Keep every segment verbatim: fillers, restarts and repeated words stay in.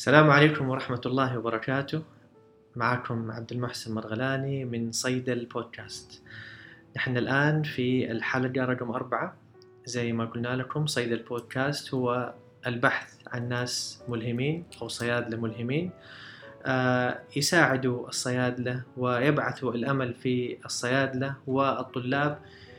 السلام عليكم ورحمة الله وبركاته. معكم عبد المحسن مرغلاني من صيدل بودكاست. نحن الآن في الحلقة رقم أربعة. زي ما قلنا لكم، صيدل بودكاست هو البحث عن ناس ملهمين أو صيادلة ملهمين آه يساعدوا الصيادلة ويبعثوا الأمل في الصيادلة والطلاب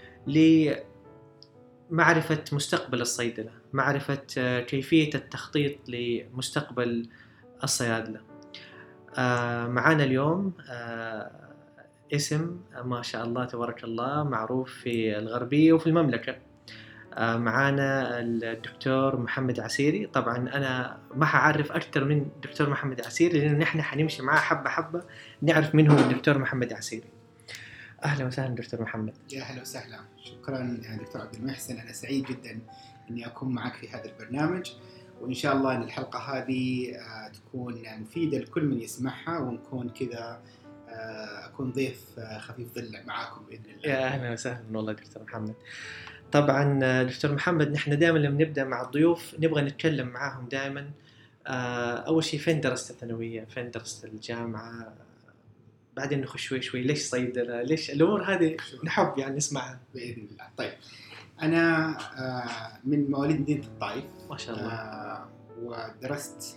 لمعرفة مستقبل الصيدلة، معرفة كيفية التخطيط لمستقبل الصيادلة. آه معانا اليوم آه اسم ما شاء الله تبارك الله معروف في الغربية وفي المملكة. آه معانا الدكتور محمد عسيري. طبعا أنا ما حعرف أكثر من دكتور محمد عسيري لأنه نحن حنمشي معاه حبة حبة نعرف من هو الدكتور محمد عسيري. أهلا وسهلا دكتور محمد. يا أهلا وسهلا، شكرا دكتور عبد المحسن. أنا سعيد جدا أني أكون معك في هذا البرنامج، وإن شاء الله أن الحلقة هذه تكون مفيدة لكل من يسمعها، ونكون كذا أكون ضيف خفيف ظل معاكم بإذن الله. يا أهلا وسهلا والله دكتور محمد. طبعا دكتور محمد، نحن دائما لما نبدأ مع الضيوف نبغى نتكلم معاهم دائما أول شيء فين درست الثانوية، فين درست الجامعة، بعدين نخش شوي شوي ليش صيدلة، ليش الأمور هذه نحب يعني نسمعها بإذن الله. طيب، أنا من مواليد مدينة الطائف ما شاء الله، ودرست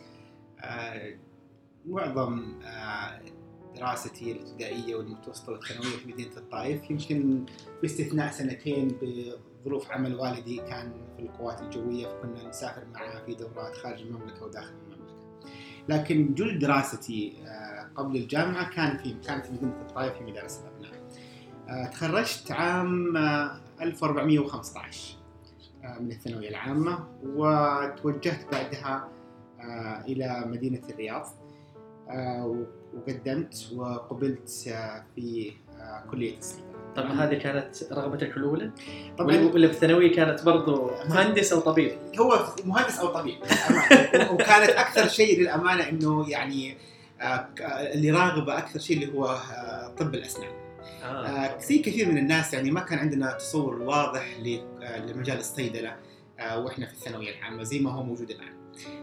معظم دراستي الابتدائية والمتوسطة والثانوية في مدينة الطائف، يمكن باستثناء سنتين بظروف عمل والدي كان في القوات الجوية، فكنا نسافر معه في دورات خارج المملكة وداخل المملكة. لكن جل دراستي قبل الجامعة كان في كانت في مدينة الطائف في مدارس الأبناء. تخرجت عام ألف وأربعمائة وخمسة عشر من الثانوية العامة، وتوجهت بعدها إلى مدينة الرياض، وقدمت وقبلت في كلية الصيدلة. طبعا هذه كانت رغبتك الأولى؟ طبعا ولا بالثانوية كانت برضو مهندس أو طبيب؟ هو مهندس أو طبيب وكانت أكثر شيء للأمانة إنه يعني اللي راغبة أكثر شيء اللي هو طب الأسنان. آه. كثير كثير من الناس يعني ما كان عندنا تصور واضح لمجال الصيدلة وإحنا في الثانوية العامة زي ما هو موجود الآن،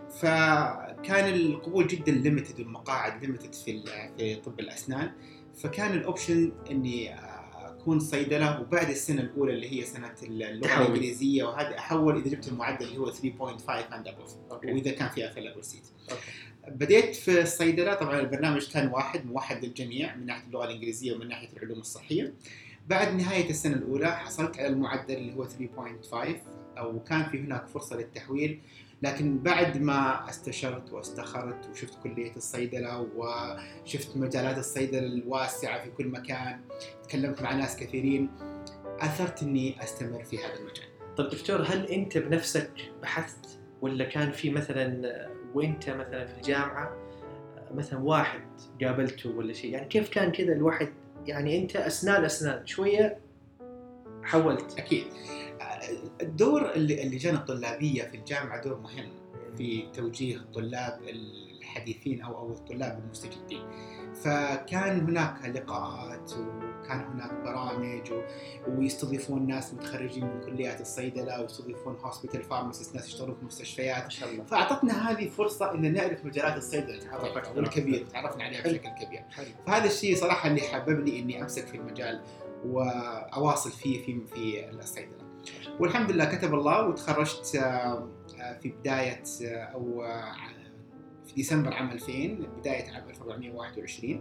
فكان القبول جدا ليميتد والمقاعد ليميتد في في طب الأسنان، فكان الأوبشن إني أكون صيدلة، وبعد السنة الأولى اللي هي سنة اللغة الإنجليزية وهذا أحول إذا جبت المعدل اللي هو ثلاثة فاصلة خمسة and above، وإذا كان في آخر level seat. بديت في الصيدلة. طبعا البرنامج كان واحد موحد للجميع من ناحية اللغة الإنجليزية ومن ناحية العلوم الصحية. بعد نهاية السنة الأولى حصلت على المعدل اللي هو ثلاثة فاصلة خمسة، أو كان في هناك فرصة للتحويل، لكن بعد ما استشرت واستخرت وشفت كلية الصيدلة وشفت مجالات الصيدلة الواسعة في كل مكان، تكلمت مع ناس كثيرين، أثرت إني أستمر في هذا المجال. طب دكتور، هل أنت بنفسك بحثت ولا كان في مثلا وأنت مثلا في الجامعة مثلا واحد قابلته ولا شيء؟ يعني كيف كان كذا الواحد، يعني أنت أسنان أسنان شوية حولت؟ أكيد الدور اللجان الطلابية في الجامعة دور مهم في توجيه الطلاب الحديثين أو أو الطلاب المستجدين، فكان هناك لقاءات وكان هناك برامج ويستضيفون ناس متخرجين من كليات الصيدلة ويستضيفون هوسبيتال فارماسيست، ناس يشتغلوا في مستشفيات. فأعطتنا هذه فرصة إن نعرف مجالات الصيدلة والكبير تعرفنا عليها بشكل كبير. فهذا الشيء صراحة اللي حببني إني أمسك في المجال وأواصل فيه في في الصيدلة، والحمد لله كتب الله وتخرجت في بداية أو في ديسمبر عام ألفين، بداية عام ألف وأربعمائة وواحد وعشرين.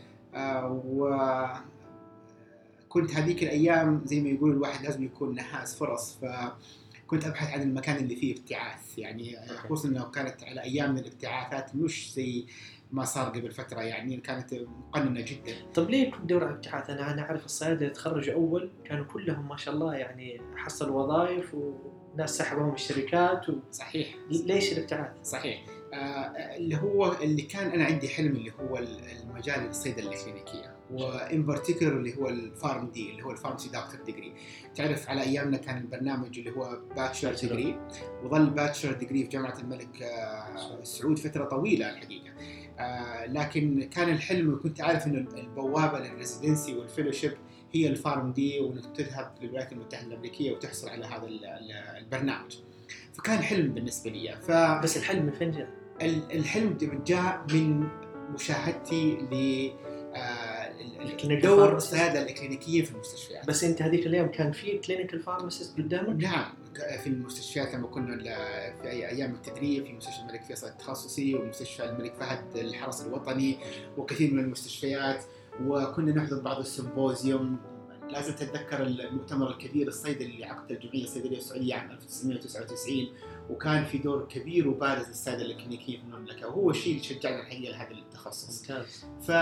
وكنت هذيك الأيام زي ما يقول الواحد لازم يكون نحاس فرص، فكنت أبحث عن المكان اللي فيه ابتعاث، يعني خصوصا أنه كانت على أيام من الابتعاثات مش زي ما صار قبل فترة، يعني كانت مقننة جدا. طب ليه كنت دور على ابتعاث؟ أنا أنا أعرف الصيادلة اللي تخرجوا أول كانوا كلهم ما شاء الله يعني حصلوا وظائف وناس سحبهم الشركات و... صحيح. ليش الابتعاث؟ صحيح. آه اللي هو اللي كان أنا عندي حلم اللي هو المجال الصيدلة الكلينيكية، وإن بارتيكولر اللي هو الفارم دي اللي هو الفارمسي دكتور ديجري. تعرف على أيامنا كان البرنامج اللي هو باتشلر ديجري، وظل باتشلر ديجري في جامعة الملك آه سعود فترة طويلة الحقيقة. آه لكن كان الحلم، وكنت عارف إنه البوابة للريزيدنسي والفيلوشيب هي الفارم دي، وإنك تذهب للولايات المتحدة الأمريكية وتحصل على هذا البرنامج، فكان حلم بالنسبة لي. ف... بس الحلم من فين جاء؟ الحلم جاء من مشاهدتي ل دور الصيادله الاكلينيكيه في المستشفيات. بس انت هذيك الايام كان في كلينيكال فارماسيست قدامك؟ نعم، في المستشفيات لما كنا في ايام التدريب في مستشفى الملك فيصل التخصصي ومستشفى الملك فهد الحرس الوطني وكثير من المستشفيات، وكنا نحضر بعض السيمبوزيوم. لازم تتذكر المؤتمر الكبير الصيدلي اللي عقدته الجمعيه الصيدليه السعوديه عام ألف وتسعمائة وتسعة وتسعين، وكان في دور كبير وبارز للصيدله الكلينيكيه في المملكه، وهو الشيء اللي شجعنا الحقيقه لهذا التخصص. ممتاز. ف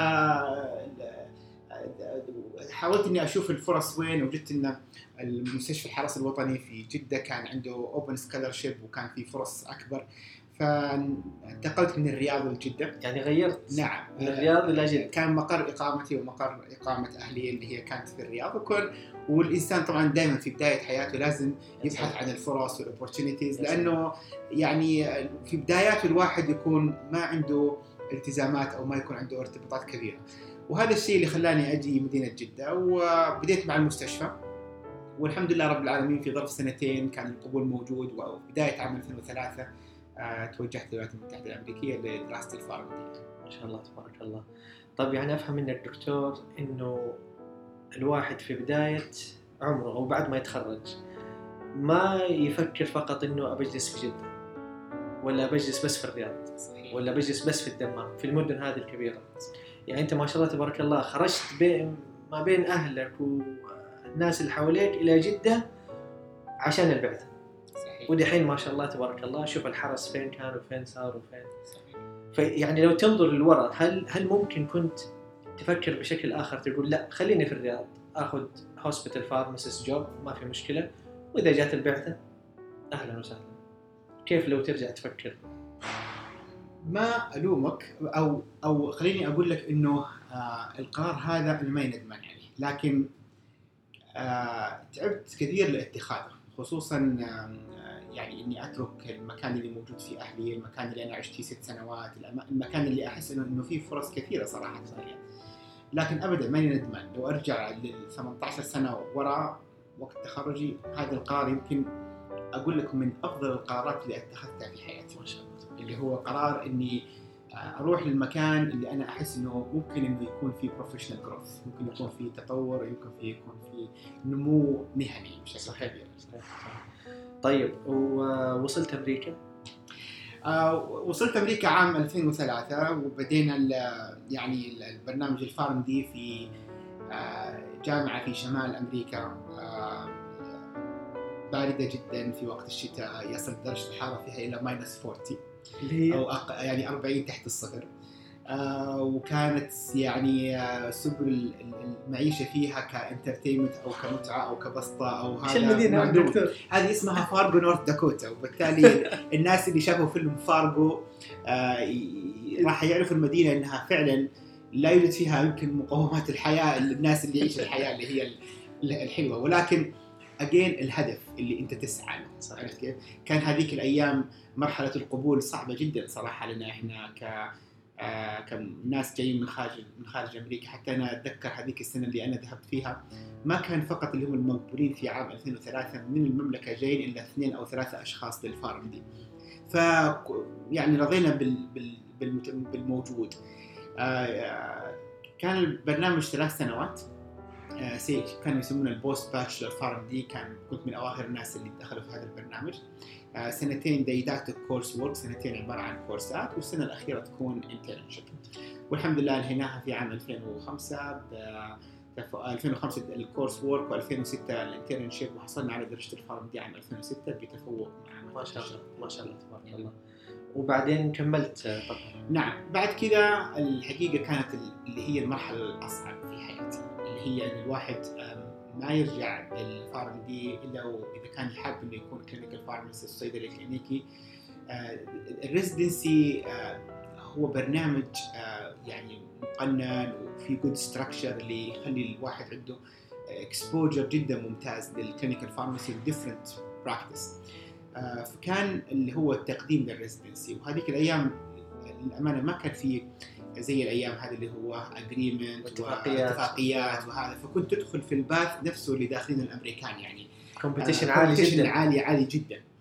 حاولت اني اشوف الفرص وين، وجدت ان المستشفى الحرس الوطني في جده كان عنده اوبن سكولرشيب وكان في فرص اكبر، فانتقلت من الرياض لجده. يعني غيرت؟ نعم، من الرياض الى جده. كان مقر اقامتي ومقر اقامه اهلي اللي هي كانت في الرياض، وكل والانسان طبعا دائما في بدايه حياته لازم يبحث عن الفرص والاوبورتونيتيز، لانه يعني في بدايات الواحد يكون ما عنده التزامات او ما يكون عنده ارتباطات كبيره، وهذا الشيء اللي خلاني أجي مدينة جدة. وبديت مع المستشفى، والحمد لله رب العالمين في ظرف سنتين كان القبول موجود، وبداية عام ألفين وثلاثة أه توجهت للولايات المتحدة الأمريكية لدراسة الفارمدي. ما شاء الله تبارك الله. طب يعني أفهم من الدكتور إنه الواحد في بداية عمره أو بعد ما يتخرج ما يفكر فقط إنه أبجلس في جدة ولا أبجلس بس في الرياض. صحيح. ولا أبجلس بس في الدمام في المدن هذه الكبيرة. يعني أنت ما شاء الله تبارك الله خرجت بين ما بين أهلك والناس اللي حواليك إلى جدة عشان البعثة. صحيح. ودي حين ما شاء الله تبارك الله شوف الحرس فين كان وفين صار وفين. صحيح. فيعني لو تنظر للوراء هل هل ممكن كنت تفكر بشكل آخر تقول لا خليني في الرياض أخذ هوسبيتال فارماسيست جوب ما في مشكلة، وإذا جات البعثة أهلا وسهلا. كيف لو ترجع تفكر؟ ما ألومك أو أو خليني أقول لك إنه آه القرار هذا أنا ما يندمان عليه، لكن آه تعبت كثير لاتخاذه، خصوصاً آه يعني إني أترك المكان اللي موجود فيه أهلي، المكان اللي أنا عشت فيه ست سنوات، المكان اللي أحس إنه إنه فيه فرص كثيرة صراحة صحيح. لكن أبداً ما ندمان. لو أرجع لل ثمانية عشر سنة وراء وقت تخرجي، هذا القرار يمكن أقول لكم من أفضل القرارات اللي اتخذتها في حياتي ما شاء الله، اللي هو قرار إني أروح للمكان اللي أنا أحس إنه ممكن إنه يكون فيه professional growth، ممكن يكون فيه تطور، يمكن فيه يكون فيه نمو مهني بشكل كبير. طيب ووصلت أمريكا؟ آه وصلت أمريكا عام ألفين وثلاثة، وبدينا يعني البرنامج الفارمدي في آه جامعة في شمال أمريكا آه باردة جدا في وقت الشتاء، يصل درجة الحرارة فيها إلى ماينس أربعين أو أق... يعني أربعين تحت الصفر. آه وكانت يعني آه سبل المعيشة فيها كإنترتينمنت أو كمتعة أو كبسطة أو هذا. هذه اسمها فارغو نورث داكوتا، وبالتالي الناس اللي شافوا فيلم فارغو آه راح يعرفوا المدينة إنها فعلا لا يوجد فيها يمكن مقومات الحياة للناس اللي يعيشوا الحياة اللي هي الحلوة، ولكن أجين الهدف اللي أنت تسعى له. عرفت كيف؟ كان هذيك الأيام مرحلة القبول صعبة جدا صراحة لنا إحنا ك آه كناس جايين من خارج من خارج أمريكا. حتى أنا أتذكر هذيك السنة اللي أنا ذهبت فيها ما كان فقط اللي هم المقبولين في عام ألفين وثلاثة من المملكة جايين إلا اثنين أو ثلاثة أشخاص للفارمدي. ف يعني رضينا بال بال بالموجود. آه كان البرنامج ثلاث سنوات. آه كانوا يسمونه البوست باتشلر فارمدي، كان كنت من أواخر الناس اللي دخلوا في هذا البرنامج. آه سنتين ديداكتيك كورس وورك، سنتين عبارة عن كورسات، والسنة الأخيرة تكون انترنشيب. والحمد لله انهيناها في عام ألفين وخمسة، ألفين وخمسة الكورس وورك وألفين وستة الانترنشيب، وحصلنا على درجة الفارمدي عام ألفين وستة بتفوق. ما شاء الله ما شاء الله تبارك الله. وبعدين كملت طبعا. نعم، بعد كذا الحقيقة كانت اللي هي المرحلة الأصعب في حياتي، اللي هي أن الواحد ما يرجع للفارمدي إلا إذا كان يحب إنه يكون كلينيكال فارماسيست صيدلي كلينيكي. الريزيدنسي هو برنامج يعني مقنن وفي جود ستراكشر اللي يخلي الواحد عنده اكسبوجر جدا ممتاز للكلينيكال فارماسي وديفرنت براكتس. فكان اللي هو التقديم للريزيدنسي، وهذيك الأيام الأمانة ما كان في زي الأيام هذه اللي هو أجريمنت واتفاقيات وهذا، فكنت تدخل في الباث نفسه اللي داخلين الأمريكان، يعني كومبيتيشن عالي جدا عالي عالي جدا.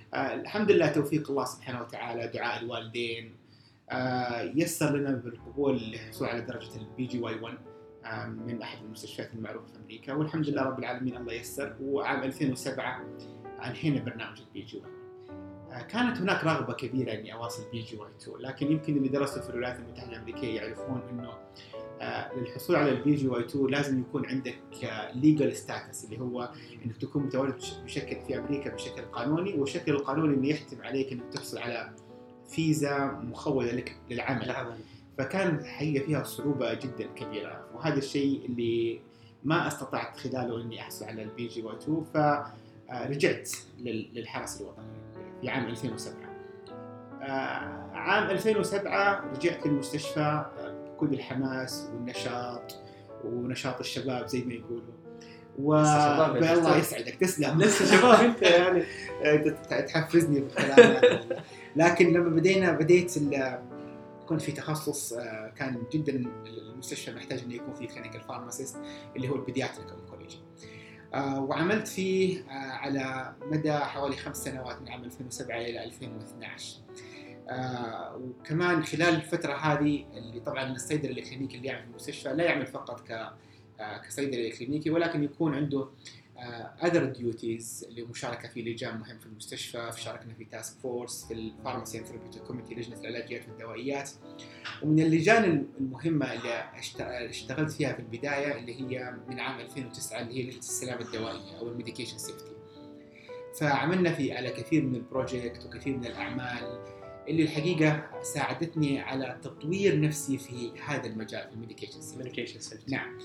آه الحمد لله توفيق الله سبحانه وتعالى، دعاء الوالدين، آه يسر لنا بالقبول للحصول على درجة البي جي واي واحد آه من أحد المستشفيات المعروفة في أمريكا، والحمد لله رب العالمين الله يسر. وعام ألفين وسبعة أنهينا برنامج البي جي واي. آه كانت هناك رغبة كبيرة إني أواصل بي جي واي اثنين، لكن يمكن اللي درسوا في الولايات المتحدة الأمريكية يعرفون إنه آه للحصول على البي جي واي اثنين لازم يكون عندك ليجل ستاتس، اللي هو انك تكون متواجد بشكل في امريكا بشكل قانوني، والشكل القانوني انه يحتم عليك انك تحصل على فيزا مخوله لك للعمل. العمل. فكان حقيقه فيها صعوبه جدا كبيره، وهذا الشيء اللي ما استطعت خلاله اني احصل على البي جي واي اثنين. فرجعت للحرس الوطني في عام ألفين وسبعة. عام ألفين وسبعة رجعت للمستشفى بكل الحماس والنشاط ونشاط الشباب زي ما يقولوا. والله يسعدك، تسلم. لسه شباب انت يعني تحفزني بالكلام. لكن لما بدينا بديت كنت في تخصص كان جدا المستشفى محتاج انه يكون فيه كلينيكال فارماسيست اللي هو البيدياتريك اونكولوجي، وعملت فيه على مدى حوالي خمس سنوات من عام ألفين وسبعة الى ألفين واثني عشر. آه وكمان خلال الفترة هذه اللي طبعا الصيدلي الكلينيكي اللي يعمل في المستشفى لا يعمل فقط ك آه كصيدلي كلينيكي، ولكن يكون عنده آه other duties اللي مشاركة في لجان مهم في المستشفى. شاركنا في تاسك فورس في الفارماسي ثيرابيوتيك كوميتي، لجنة العلاجيات والدوائيات. ومن اللجان المهمة اللي اشتغلت فيها في البداية اللي هي من عام ألفين وتسعة اللي هي لجنة السلامة الدوائية أو الميديكيشن سيفتي. فعملنا في على كثير من البروجكت وكثير من الأعمال اللي الحقيقة ساعدتني على تطوير نفسي في هذا المجال في الميديكيشن سيفتي. نعم.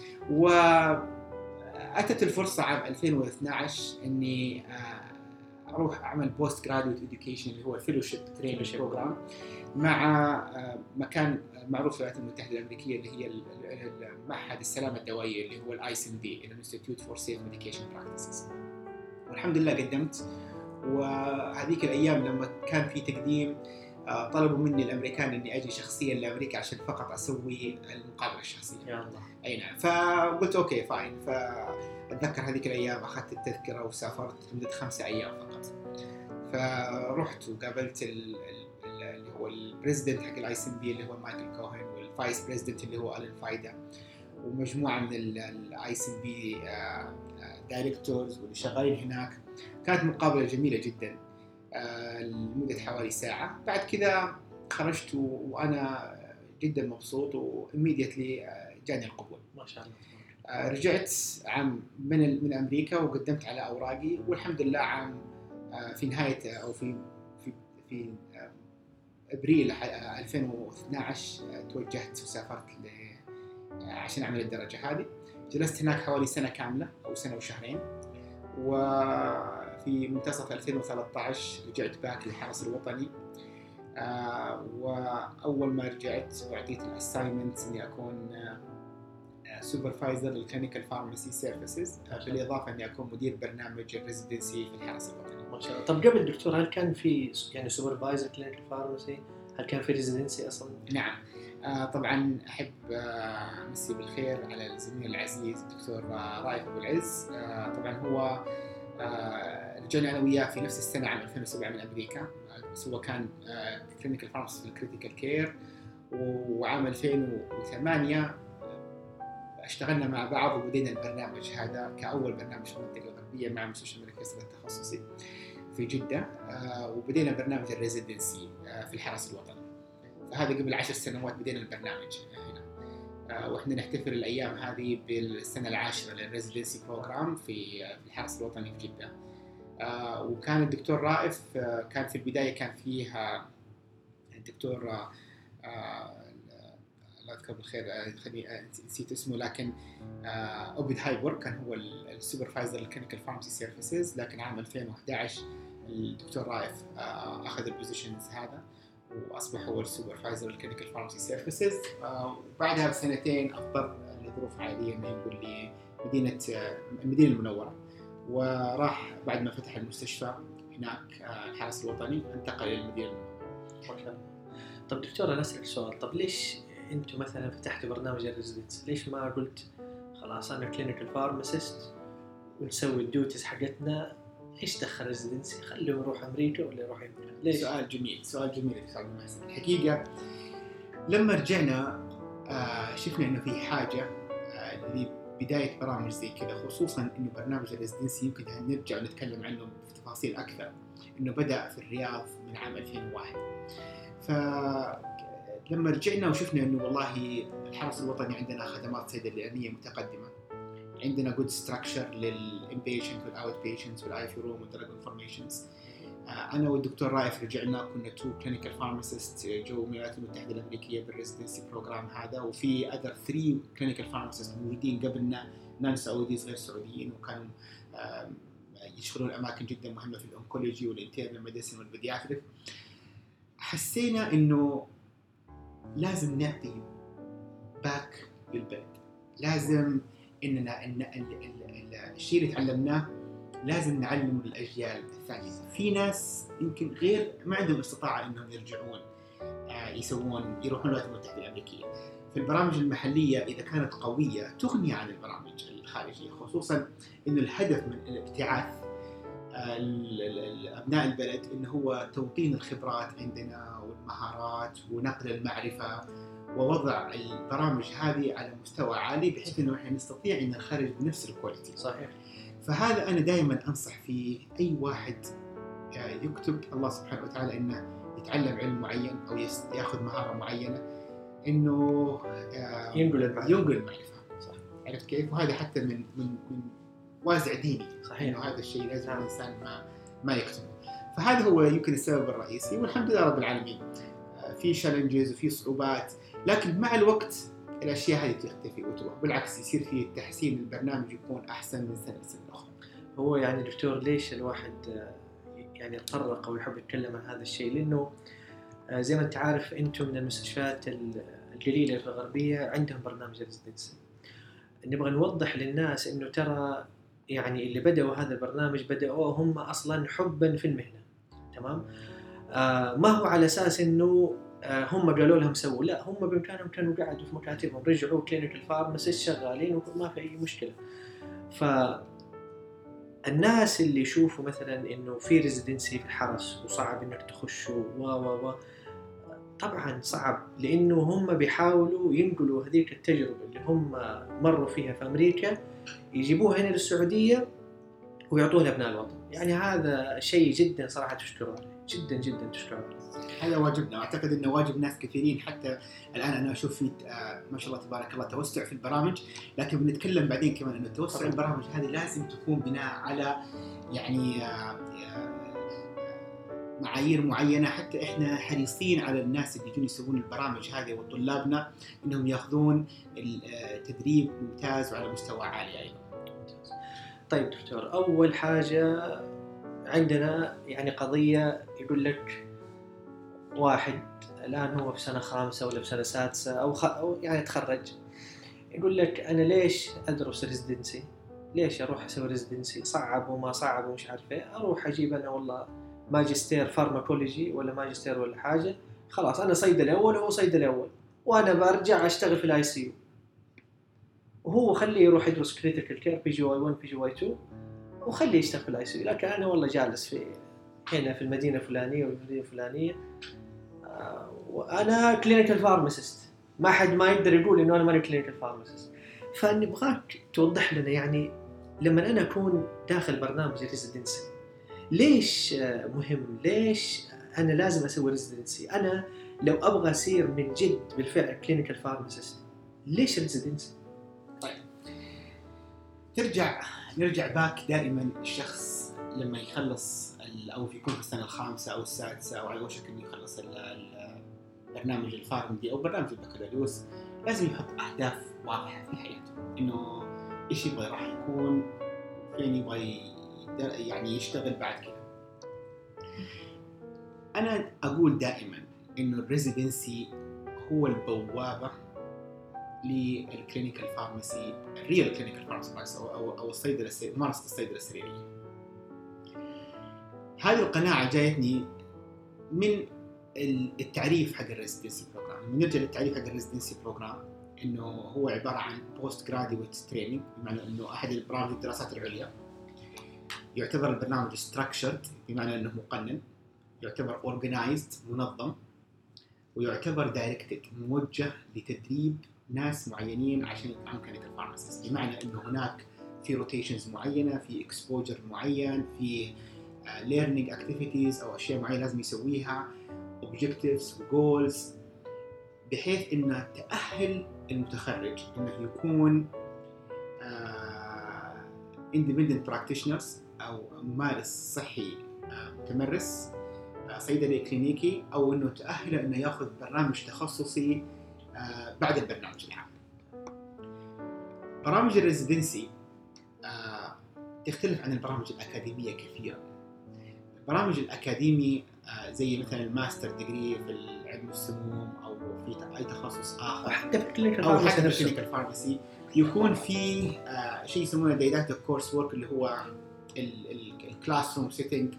وأتت الفرصة عام ألفين واثني عشر إني أروح أعمل بوست جراديويت إديوكيشن اللي هو الفيلوشيب تريننج بروجرام مع مكان معروف في الولايات المتحدة الأمريكية اللي هي معهد السلامة الدوائية اللي هو الآي إس إم دي Institute for Safe Medication Practices. والحمد لله قدمت. وهذيك الأيام لما كان في تقديم طلبوا مني الأمريكان إني أجي شخصياً لأمريكا عشان فقط أسوي المقابلة الشخصية. يا الله. أي نعم. فقلت أوكي فاين. فأتذكر هذيك الأيام أخذت التذكرة وسافرت لمدة خمسة أيام فقط. فرحت وقابلت ال اللي هو البريزيدنت حق الآي إس إم بي اللي هو مايكل كوهن، والفايس بريزيدنت اللي هو ألين فايدا، ومجموعة من الآي إس إم بي دايركتورز واللي شغالين هناك. كانت مقابلة جميلة جدا لمدة حوالي ساعة. بعد كذا خرجت وأنا جدا مبسوط، وإميديتلي جاني القبول. ما شاء الله. رجعت عام من من أمريكا وقدمت على أوراقي، والحمد لله عام في نهاية أو في في في أبريل ألفين واثني عشر توجهت وسافرت عشان أعمل الدرجة هذه. جلست هناك حوالي سنة كاملة أو سنة وشهرين، وفي منتصف ألفين وثلاثة عشر رجعت باك للحرس الوطني. آه وأول ما رجعت أعطيت الأسايمنت إني أكون سوبرفايزر للكلينيكال فارماسي سيرفيسز، بالإضافة إني أكون مدير برنامج الريزيدنسي في الحرس الوطني. ما شاء الله. طب قبل دكتور، هل كان في يعني سوبرفايزر كلينيكال فارماسي؟ هل كان في ريزيدنسي أصلاً؟ نعم. آه طبعاً أحب آه مسي بالخير على الزميل العزيز الدكتور آه رائف أبو العز. آه طبعاً هو آه رجعنا أنا وياه في نفس السنة عام ألفين وسبعة من أمريكا. آه بس هو كان كلينيكال فارماسي في الكريتيكال كير. وعام ألفين وثمانية اشتغلنا مع بعض وبدينا البرنامج هذا كأول برنامج في المنطقة الغربية مع مستشفى الملك فيصل التخصصي في جدة. آه وبدينا برنامج الريزيدنسي آه في الحرس الوطني. فهذا قبل عشر سنوات بدينا البرنامج هنا. آه واحنا نحتفل الأيام هذه بالسنة العاشرة للريزيدنسي بروجرام في الحرس الوطني في جدة. آه وكان الدكتور رائف آه كان في البداية كان فيها الدكتور آه الله يذكره بالخير، خليني نسيت اسمه، لكن أوبيد هايبور كان هو السوبرفايزر للكلينيكال فارماسي سيرفيسز. لكن عام ألفين وأحد عشر الدكتور رايف أخذ البوزيشنز هذا وأصبح هو السوبرفايزر للكلينيكال فارماسي سيرفيسز. وبعدها بسنتين أضطر لظروف عائلية إنه يقول لي مدينة المدينة المنورة، وراح بعد ما فتح المستشفى هناك الحرس الوطني انتقل إلى المدينة المنورة. طب دكتور، أنا أسألك سؤال. طب ليش أنتوا مثلا فتحتوا برنامج الريزيدنس؟ ليش ما قلت خلاص أنا كلينيكال فارماسيست ونسوي الديوتيز حقتنا ايش دخل ريزيدنسي؟ خليه يروح امريكا ولا يروح امريكا؟ ليش؟ سؤال جميل سؤال جميل يا استاذ محسن. الحقيقه لما رجعنا آه شفنا انه في حاجه آه لبدايه برامج زي كذا، خصوصا انه برنامج الريزيدنسي يمكن نرجع ونتكلم عنه في تفاصيل اكثر، انه بدا في الرياض من عام ألفين وواحد. فلما رجعنا وشفنا انه والله الحرس الوطني عندنا خدمات صيدلانيه متقدمه، عندنا جود ستراكشر للانبيشنت والاوت بيشنتس والاي في روم والدرج انفورميشنز. انا والدكتور رائف رجعنا كنا تو كلينيكال فارماسيست جو من الولايات المتحده الامريكيه بالريزيدنسي بروجرام هذا، وفي اذر ثري كلينيكال فارماسيست موجودين قبلنا، نان سعوديين غير سعوديين، وكانوا يشغلون اماكن جدا مهمه في الانكولوجي والانترنال ميديسن والبيدياتريك. حسينا انه لازم نعطي باك للبلد، لازم اننا ان الشيء اللي تعلمناه لازم نعلمه للاجيال الثانيه. في ناس يمكن غير ما عندهم استطاعه انهم يرجعون يسوون يروحون الولايات المتحده الامريكيه. في البرامج المحليه اذا كانت قويه تغني عن البرامج الخارجيه، خصوصا انه الهدف من الابتعاث ابناء البلد انه هو توطين الخبرات عندنا والمهارات ونقل المعرفه ووضع البرامج هذه على مستوى عالي، بحيث انه احنا نستطيع ان نخرج بنفس الكواليتي. صحيح. فهذا انا دائما انصح فيه اي واحد يكتب الله سبحانه وتعالى انه يتعلم علم معين او ياخذ مهاره معينه، انه ينقل المعرفه ينقل المعرفه صح. عرفت كيف؟ وهذا حتى من من من وازع ديني. صحيح. انه هذا الشيء لازم نعم. الانسان ما ما يكتمه. فهذا هو يمكن السبب الرئيسي، والحمد لله رب العالمين. في تشالنجز وفي صعوبات، لكن مع الوقت الاشياء هذه تختفي وتروح، بالعكس يصير في تحسين البرنامج يكون احسن من سنه لسنه اخرى. هو يعني دكتور ليش الواحد يعني يتطرق او يحب يتكلم عن هذا الشيء؟ لانه زي ما انت عارف انتم من المستشفيات القليله في الغربيه عندهم برنامج ريزيدنسي. نبغى نوضح للناس انه ترى يعني اللي بدأوا هذا البرنامج بدأوه هم اصلا حبا في المهنه، تمام؟ آه ما هو على اساس انه آه هم قالوا لهم سووا، لا، هم بامكانهم كانوا قاعدوا في مكاتبهم، رجعوا كلينيكال فارماسيست شغالين وما في اي مشكله. فالناس اللي يشوفوا مثلا انه في ريزيدنسي في الحرس وصعب انك تخشوا و و و طبعا صعب، لانه هم بيحاولوا ينقلوا هذيك التجربه اللي هم مروا فيها في امريكا يجيبوها هنا للسعوديه ويعطوها لابناء الوطن. يعني هذا شيء جدا صراحه تشكره عليه، جدا جدا تشكره عليه. هذا واجبنا، اعتقد انه واجب ناس كثيرين. حتى الان انا اشوف في ما شاء الله تبارك الله توسع في البرامج، لكن بنتكلم بعدين كمان انه توسع البرامج هذه لازم تكون بناء على يعني معايير معينه. حتى احنا حريصين على الناس اللي يجون يسوون البرامج هذه وطلابنا انهم ياخذون التدريب ممتاز وعلى مستوى عالي ايضا. طيب دكتور، اول حاجه عندنا يعني قضيه يقول لك واحد الان هو في سنه خامسه ولا في سنه سادسه او, خ... أو يعني تخرج، يقول لك انا ليش ادرس ريزيدنسي؟ ليش اروح اسوي ريزيدنسي؟ صعب وما صعب ومش عارف ايه، اروح اجيب انا والله ماجستير فارماكولوجي ولا ماجستير ولا حاجه، خلاص انا صيدلي اول وهو صيدلي اول وانا برجع اشتغل في الاي سي يو، وهو خليه يروح يدرس كريتيكال كير بي جي واي واحد بي جي واي اثنين وخليه يشتغل في الاي سي يو. لكن انا والله جالس في هنا في المدينه الفلانيه والمدينه الفلانيه آه وانا كلينيكال فارماسيست، ما حد ما يقدر يقول انه انا ماني كلينيكال فارماسيست. فنبغاك توضح لنا يعني لما انا اكون داخل برنامج ريزيدنسي ليش مهم؟ ليش انا لازم اسوي ريزيدنسي؟ انا لو ابغى اصير من جد بالفعل كلينيكال فارماسيست ليش ريزيدنسي؟ طيب ترجع نرجع باك دائما الشخص لما يخلص او يكون في السنه الخامسه او السادسه او على وشك انه يخلص البرنامج الفارمدي او برنامج البكالوريوس، لازم يحط اهداف واضحه في حياته، انه ايش يبغى راح يكون، فين يبغى يعني يشتغل بعد كده. انا اقول دائما انه الريزيدنسي هو البوابه للكلينيكال فارماسي، الريال كلينيكال فارماسي او او, أو الصيدله ممارسه الصيدله السريريه. هذه القناعه جايتني من التعريف حق الريزيدنسي بروجرام. نرجع للتعريف حق الريزيدنسي بروجرام انه هو عباره عن بوست جراديويت تريننج، بمعنى انه احد البرامج الدراسات العليا يعتبر البرنامج structured بمعنى أنه مقنن، يعتبر organized منظم، ويعتبر directed موجه لتدريب ناس معينين عشان يطلعون clinical pharmacists، بمعنى أنه هناك في روتيشنز معينة، في اكسبوجر معين، في learning activities أو أشياء معينة لازم يسويها، objectives goals، بحيث إنه تأهل المتخرج إنه يكون uh, independent practitioners أو ممارس صحي uh, متمرس uh, صيدلي كلينيكي، أو إنه تأهله إنه يأخذ برنامج تخصصي uh, بعد البرنامج العام. برامج الريزيدنسي آه، تختلف عن البرامج الأكاديمية كثيرا. البرامج الأكاديمي آه، زي مثلا الماستر ديجري في علم السموم أو في أي تخصص آخر، حتى في الكلينيكال أو حتى في الكلينيكال فارماسي، يكون في آه، شيء يسمونه دايداكتيك كورس وورك، اللي هو الكلاس روم سيتنج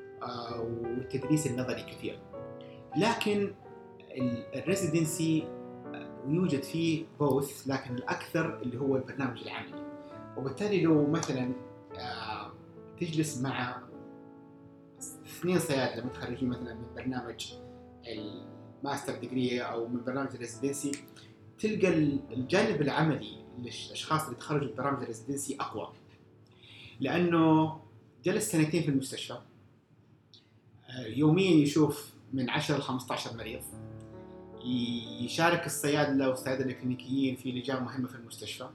والتدريس النظري كثير. لكن الريزيدنسي يوجد فيه بوث، لكن الأكثر اللي هو البرنامج العملي. وبالتالي لو مثلا آه تجلس مع اثنين صيادلة متخرجين مثلا من برنامج الماستر ديجري أو من برنامج الريزيدنسي، تلقى الجانب العملي للأشخاص اللي تخرجوا من برنامج الريزيدنسي أقوى، لأنه جلس سنتين في المستشفى، آه يوميا يشوف من عشرة لخمسة عشر مريض، يشارك الصيادلة والصيادلة الكلينيكيين في لجان مهمة في المستشفى،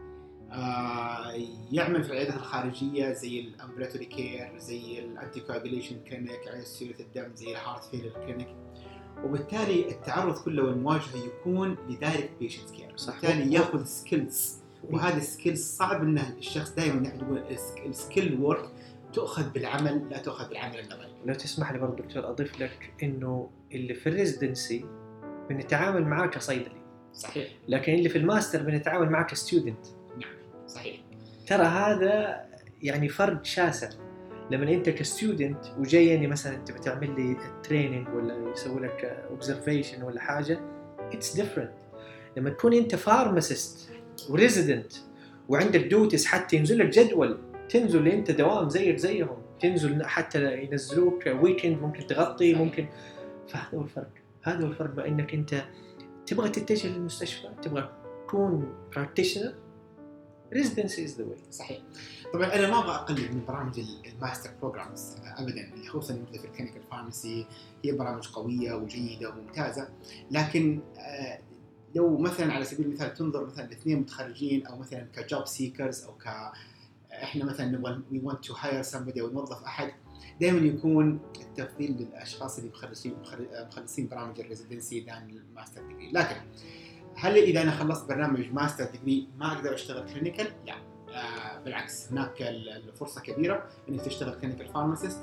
آه يعمل في العيادات الخارجية زي الأمبولاتوري كير، زي الأنتي كواجوليشن كلينيك، عيادة سيولة الدم، زي الهارت فيلر كلينيك. وبالتالي التعرض كله والمواجهة يكون لدايركت بيشنت كير، بالتالي ياخذ سكيلز، وهذه السكيلز صعب إن الشخص دائما يقول السكيل وورك تأخذ بالعمل، لا تأخذ بالعمل النظري. لو تسمح لي برضو دكتور أضيف لك إنه اللي في الريزيدنسي بنتعامل معاه كصيدلي، صحيح، لكن اللي في الماستر بنتعامل معاه كستودنت. نعم صحيح. ترى هذا يعني فرق شاسع. لما انت كستودنت وجايني مثلا انت بتعمل لي تريننج ولا يسوي لك اوبزرفيشن ولا حاجه، اتس ديفرنت. لما تكون انت فارماسيست وريزيدنت وعندك دوتس، حتى ينزل لك جدول تنزل انت دوام زيك زيهم، تنزل حتى ينزلوك ويكند ممكن تغطي ممكن. فهذا هو الفرق، هذا هو الفرق بأنك أنت تبغى تتجه للمستشفى، تبغى تكون practitioner. residency is the way. صحيح. طبعا أنا ما أبغى أقلل من برامج الماستر بروجرامز أبدا، اللي خصوصا الموجودة في الكلينيكال فارماسي، هي برامج قوية وجيدة وممتازة. لكن لو مثلا على سبيل المثال تنظر مثلا لاثنين متخرجين، أو مثلا كجوب سيكرز، أو ك إحنا مثلا نبغى we want to hire somebody أو نوظف أحد، دائما يكون التفضيل للأشخاص اللي مخلصين مخلصين برامج الريزيدنسي دان الماستر ديجري. لكن هل إذا أنا خلصت برنامج ماستر ديجري ما أقدر أشتغل كلينيكال؟ لا، آه بالعكس، هناك الفرصة كبيرة إنك تشتغل كلينيكال فارماسيست،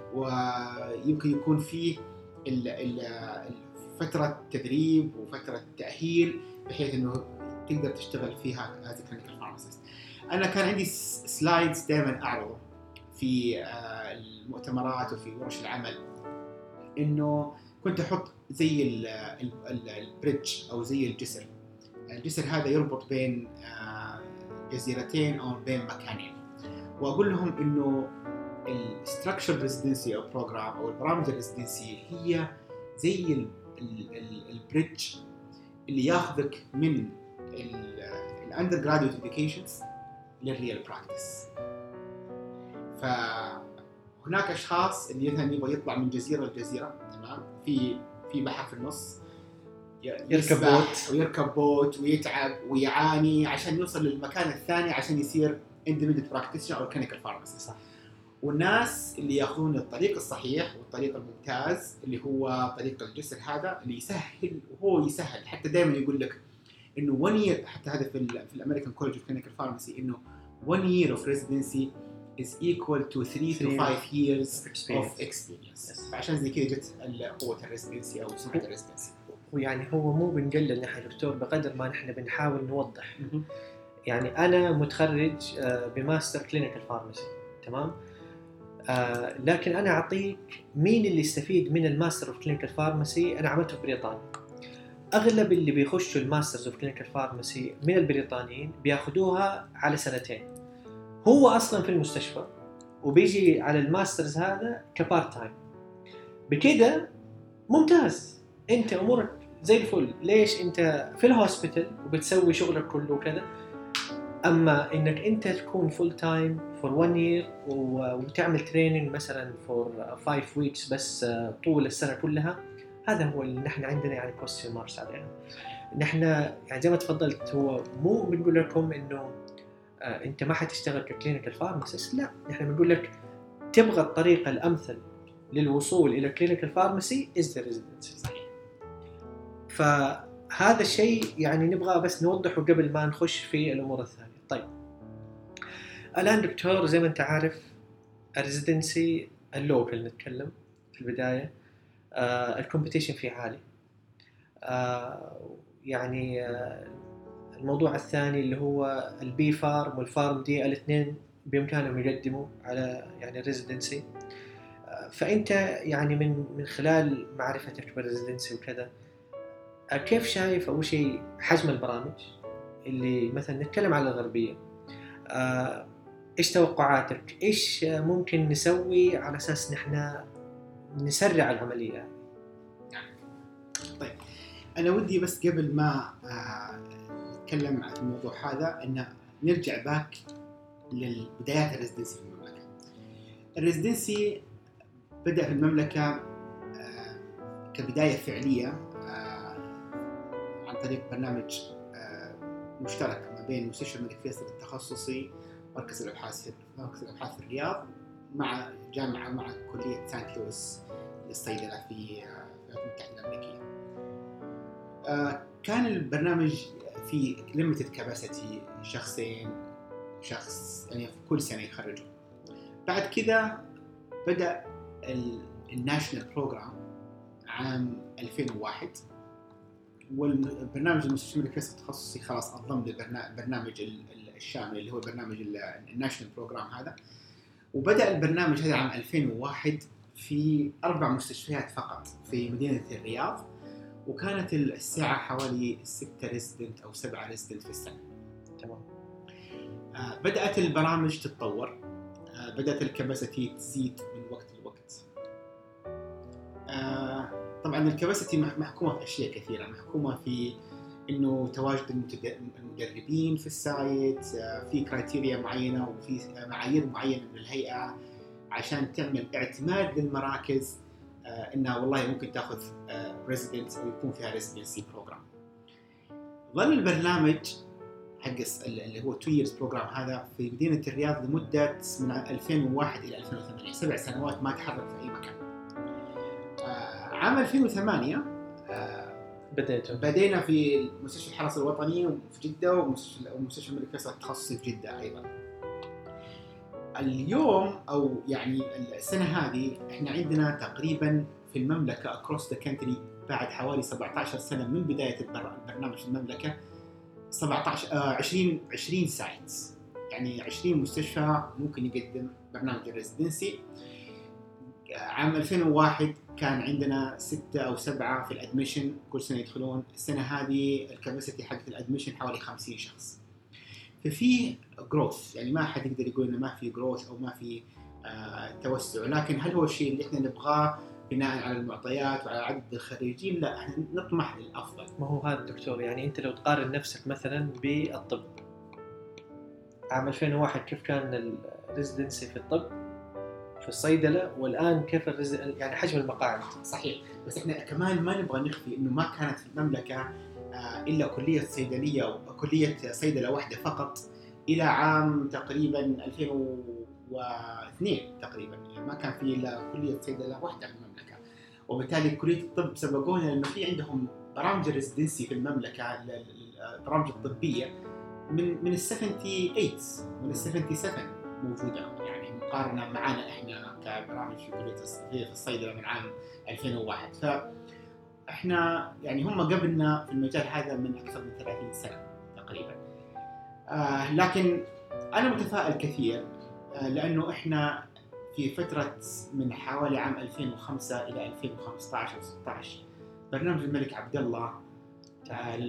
ويمكن يكون فيه فترة تدريب وفترة تأهيل بحيث إنه تقدر تشتغل فيها as a clinical pharmacist. أنا كان عندي سلايدز دائما أعرضه في المؤتمرات وفي ورش العمل، إنه كنت أحط زي البريدج أو زي الجسر. الجسر هذا يربط بين جزيرتين أو بين مكانين، وأقول لهم إنه الستراكشر ريزيدنسي أو بروجرام أو البرامج الريزيدنسي هي زي البريدج اللي ياخذك من الأندر جراديويت إديوكيشنز للريال براكتس. فهناك أشخاص اللي مثلا يبغى يطلع من جزيرة لجزيرة، تمام، في في بحر في النص، يركب بوت ويركب بوت ويتعب ويعاني عشان يوصل للمكان الثاني عشان يصير independent practitioner أو clinical pharmacist. والناس اللي يأخذون الطريق الصحيح والطريق الممتاز اللي هو طريق الجسر هذا اللي يسهل، وهو يسهل. حتى دائما يقول لك إنه one year، حتى هذا في في الأمريكان كولج اوف كلينيكال فارماسي، إنه one year of residency is equal to three to five years of experience. yes. عشان زي كذا جت قوة الريزيدنسي أو سمعة الريزيدنسي. ويعني هو مو بنقلل نحن دكتور بقدر ما نحن بنحاول نوضح. يعني أنا متخرج بماستر كلينيكال فارماسي، تمام، آه لكن أنا أعطيك مين اللي يستفيد من الماستر اوف كلينيكال فارماسي. أنا عملته في بريطانيا. أغلب اللي بيخشوا الماسترز اوف كلينيكال فارماسي من البريطانيين بياخدوها على سنتين. هو أصلا في المستشفى وبيجي على الماسترز هذا كبارت تايم، بكده ممتاز، انت امورك زي الفل. ليش انت في الهوسبيتال وبتسوي شغلك كله وكذا. اما انك انت تكون فول تايم فور ون يير وتعمل تريننج مثلا فور فايف ويكس بس طول السنه كلها، هذا هو اللي نحن عندنا يعني كويستشن ماركس عليها. نحن يعني زي ما تفضلت، هو مو بنقول لكم انه آه انت ما حتشتغل ككلينيكال فارماسيست، لا، نحن بنقول لك تبغى الطريقه الامثل للوصول الى كلينيكال فارماسي از ذا ريزيدنسي. صحيح. فهذا الشيء يعني نبغى بس نوضحه قبل ما نخش في الامور الثانيه. طيب الان دكتور، زي ما انت عارف الريزيدنسي اللوكال نتكلم في البدايه، آه الكومبيتيشن فيه عالي. آه يعني آه الموضوع الثاني اللي هو البي فارم والفارم دي، الاثنين بإمكانهم يقدموا على يعني ريزيدنسي. آه فأنت يعني من من خلال معرفتك بالريزيدنسي وكذا، آه كيف شايف أول شيء حجم البرامج اللي مثلا نتكلم على الغربية؟ آه إيش توقعاتك؟ إيش ممكن نسوي على أساس نحن نسرع العملية؟ طيب أنا ودي بس قبل ما نتكلم عن الموضوع هذا أن نرجع باك للبدايات الريزيدنسي في المملكة. الريزيدنسي بدأ في المملكة كبداية فعلية عن طريق برنامج مشترك ما بين مستشفى الملك فيصل التخصصي، مركز الأبحاث مركز الأبحاث في الرياض، مع جامعة مع كلية سانت لويس للصيدلة في الولايات المتحدة الأمريكية. كان البرنامج في limited capacity، شخصين شخص يعني في كل سنة يخرجوا. بعد كذا بدأ الناشنال بروجرام عام ألفين وواحد، والبرنامج المستشفى الملك فيصل التخصصي خلاص انضم للبرنامج الشامل اللي هو برنامج الناشنال بروجرام هذا. وبدأ البرنامج هذا عام ألفين وواحد في أربع مستشفيات فقط في مدينة الرياض، وكانت الساعة حوالي ستة ريزيدنت أو سبعة ريزيدنت في السنة. تمام. آه بدأت البرامج تتطور، آه بدأت الكباسيتي تزيد من وقت لوقت. آه طبعا الكباسيتي محكومة في أشياء كثيرة، محكومة في إنه تواجد المدربين في السايت، آه في كرايتيريا معينة وفي معايير معينة من الهيئة عشان تعمل اعتماد للمراكز آه إنها والله ممكن تأخذ ريزيدنت آه ويكون فيها ريزيدنسي بروجرام. ظل البرنامج حق اللي هو تو ييرز بروجرام هذا في مدينة الرياض لمدة من ألفين وواحد إلى ألفين وثمانية، سبع سنوات ما تحرك في أي مكان. آه عام ألفين وثمانية آه بديته بدينا في مستشفى الحرس الوطني في جدة ومستشفى الملك فيصل التخصصي في جدة أيضا. اليوم أو يعني السنة هذه إحنا عندنا تقريبا في المملكة across the country بعد حوالي سبعة عشر سنة من بداية البرنامج في المملكة سبعة عشر آه عشرين عشرين سايتس، يعني عشرين مستشفى ممكن يقدم برنامج الريزيدنسي. عام ألفين وواحد كان عندنا ستة أو سبعة في الأدميشن كل سنة يدخلون. السنة هذه الكاباسيتي حقت الأدميشن حوالي خمسين شخص. ففي جروث، يعني ما حد يقدر يقول إنه ما في جروث أو ما في آه توسع، لكن هل هو الشيء اللي إحنا نبغاه بناء على المعطيات وعلى عدد الخريجين؟ لا، احنا نطمح للأفضل. ما هو هذا دكتور، يعني أنت لو تقارن نفسك مثلا بالطب عام ألفين وواحد كيف كان الريزيدنسي في الطب في الصيدلة، والآن كيف الرز... يعني حجم المقاعد. صحيح، بس احنا كمان ما نبغى نخفي إنه ما كانت في المملكة آه إلا كلية صيدلية أو كلية صيدلة واحدة فقط إلى عام تقريبا ألفين واثنين تقريبا، يعني ما كان في إلا كلية صيدلة واحدة في المملكة. وبالتالي كلية الطب سبقونا لأنه في عندهم برامج الريزيدنسي في المملكة، البرامج الطبية من من الثمانية وسبعين من السبعة وسبعين موجودة، يعني مقارنة معنا إحنا كبرامج في كلية في الصيدلة من عام ألفين وواحد. فإحنا يعني هم قبلنا في المجال هذا من أكثر من ثلاثين سنة تقريبا. آه لكن أنا متفائل كثير آه لأنه إحنا في فترة من حوالي عام ألفين وخمسة إلى ألفين وخمسة عشر أو ستة عشر برنامج الملك عبد الله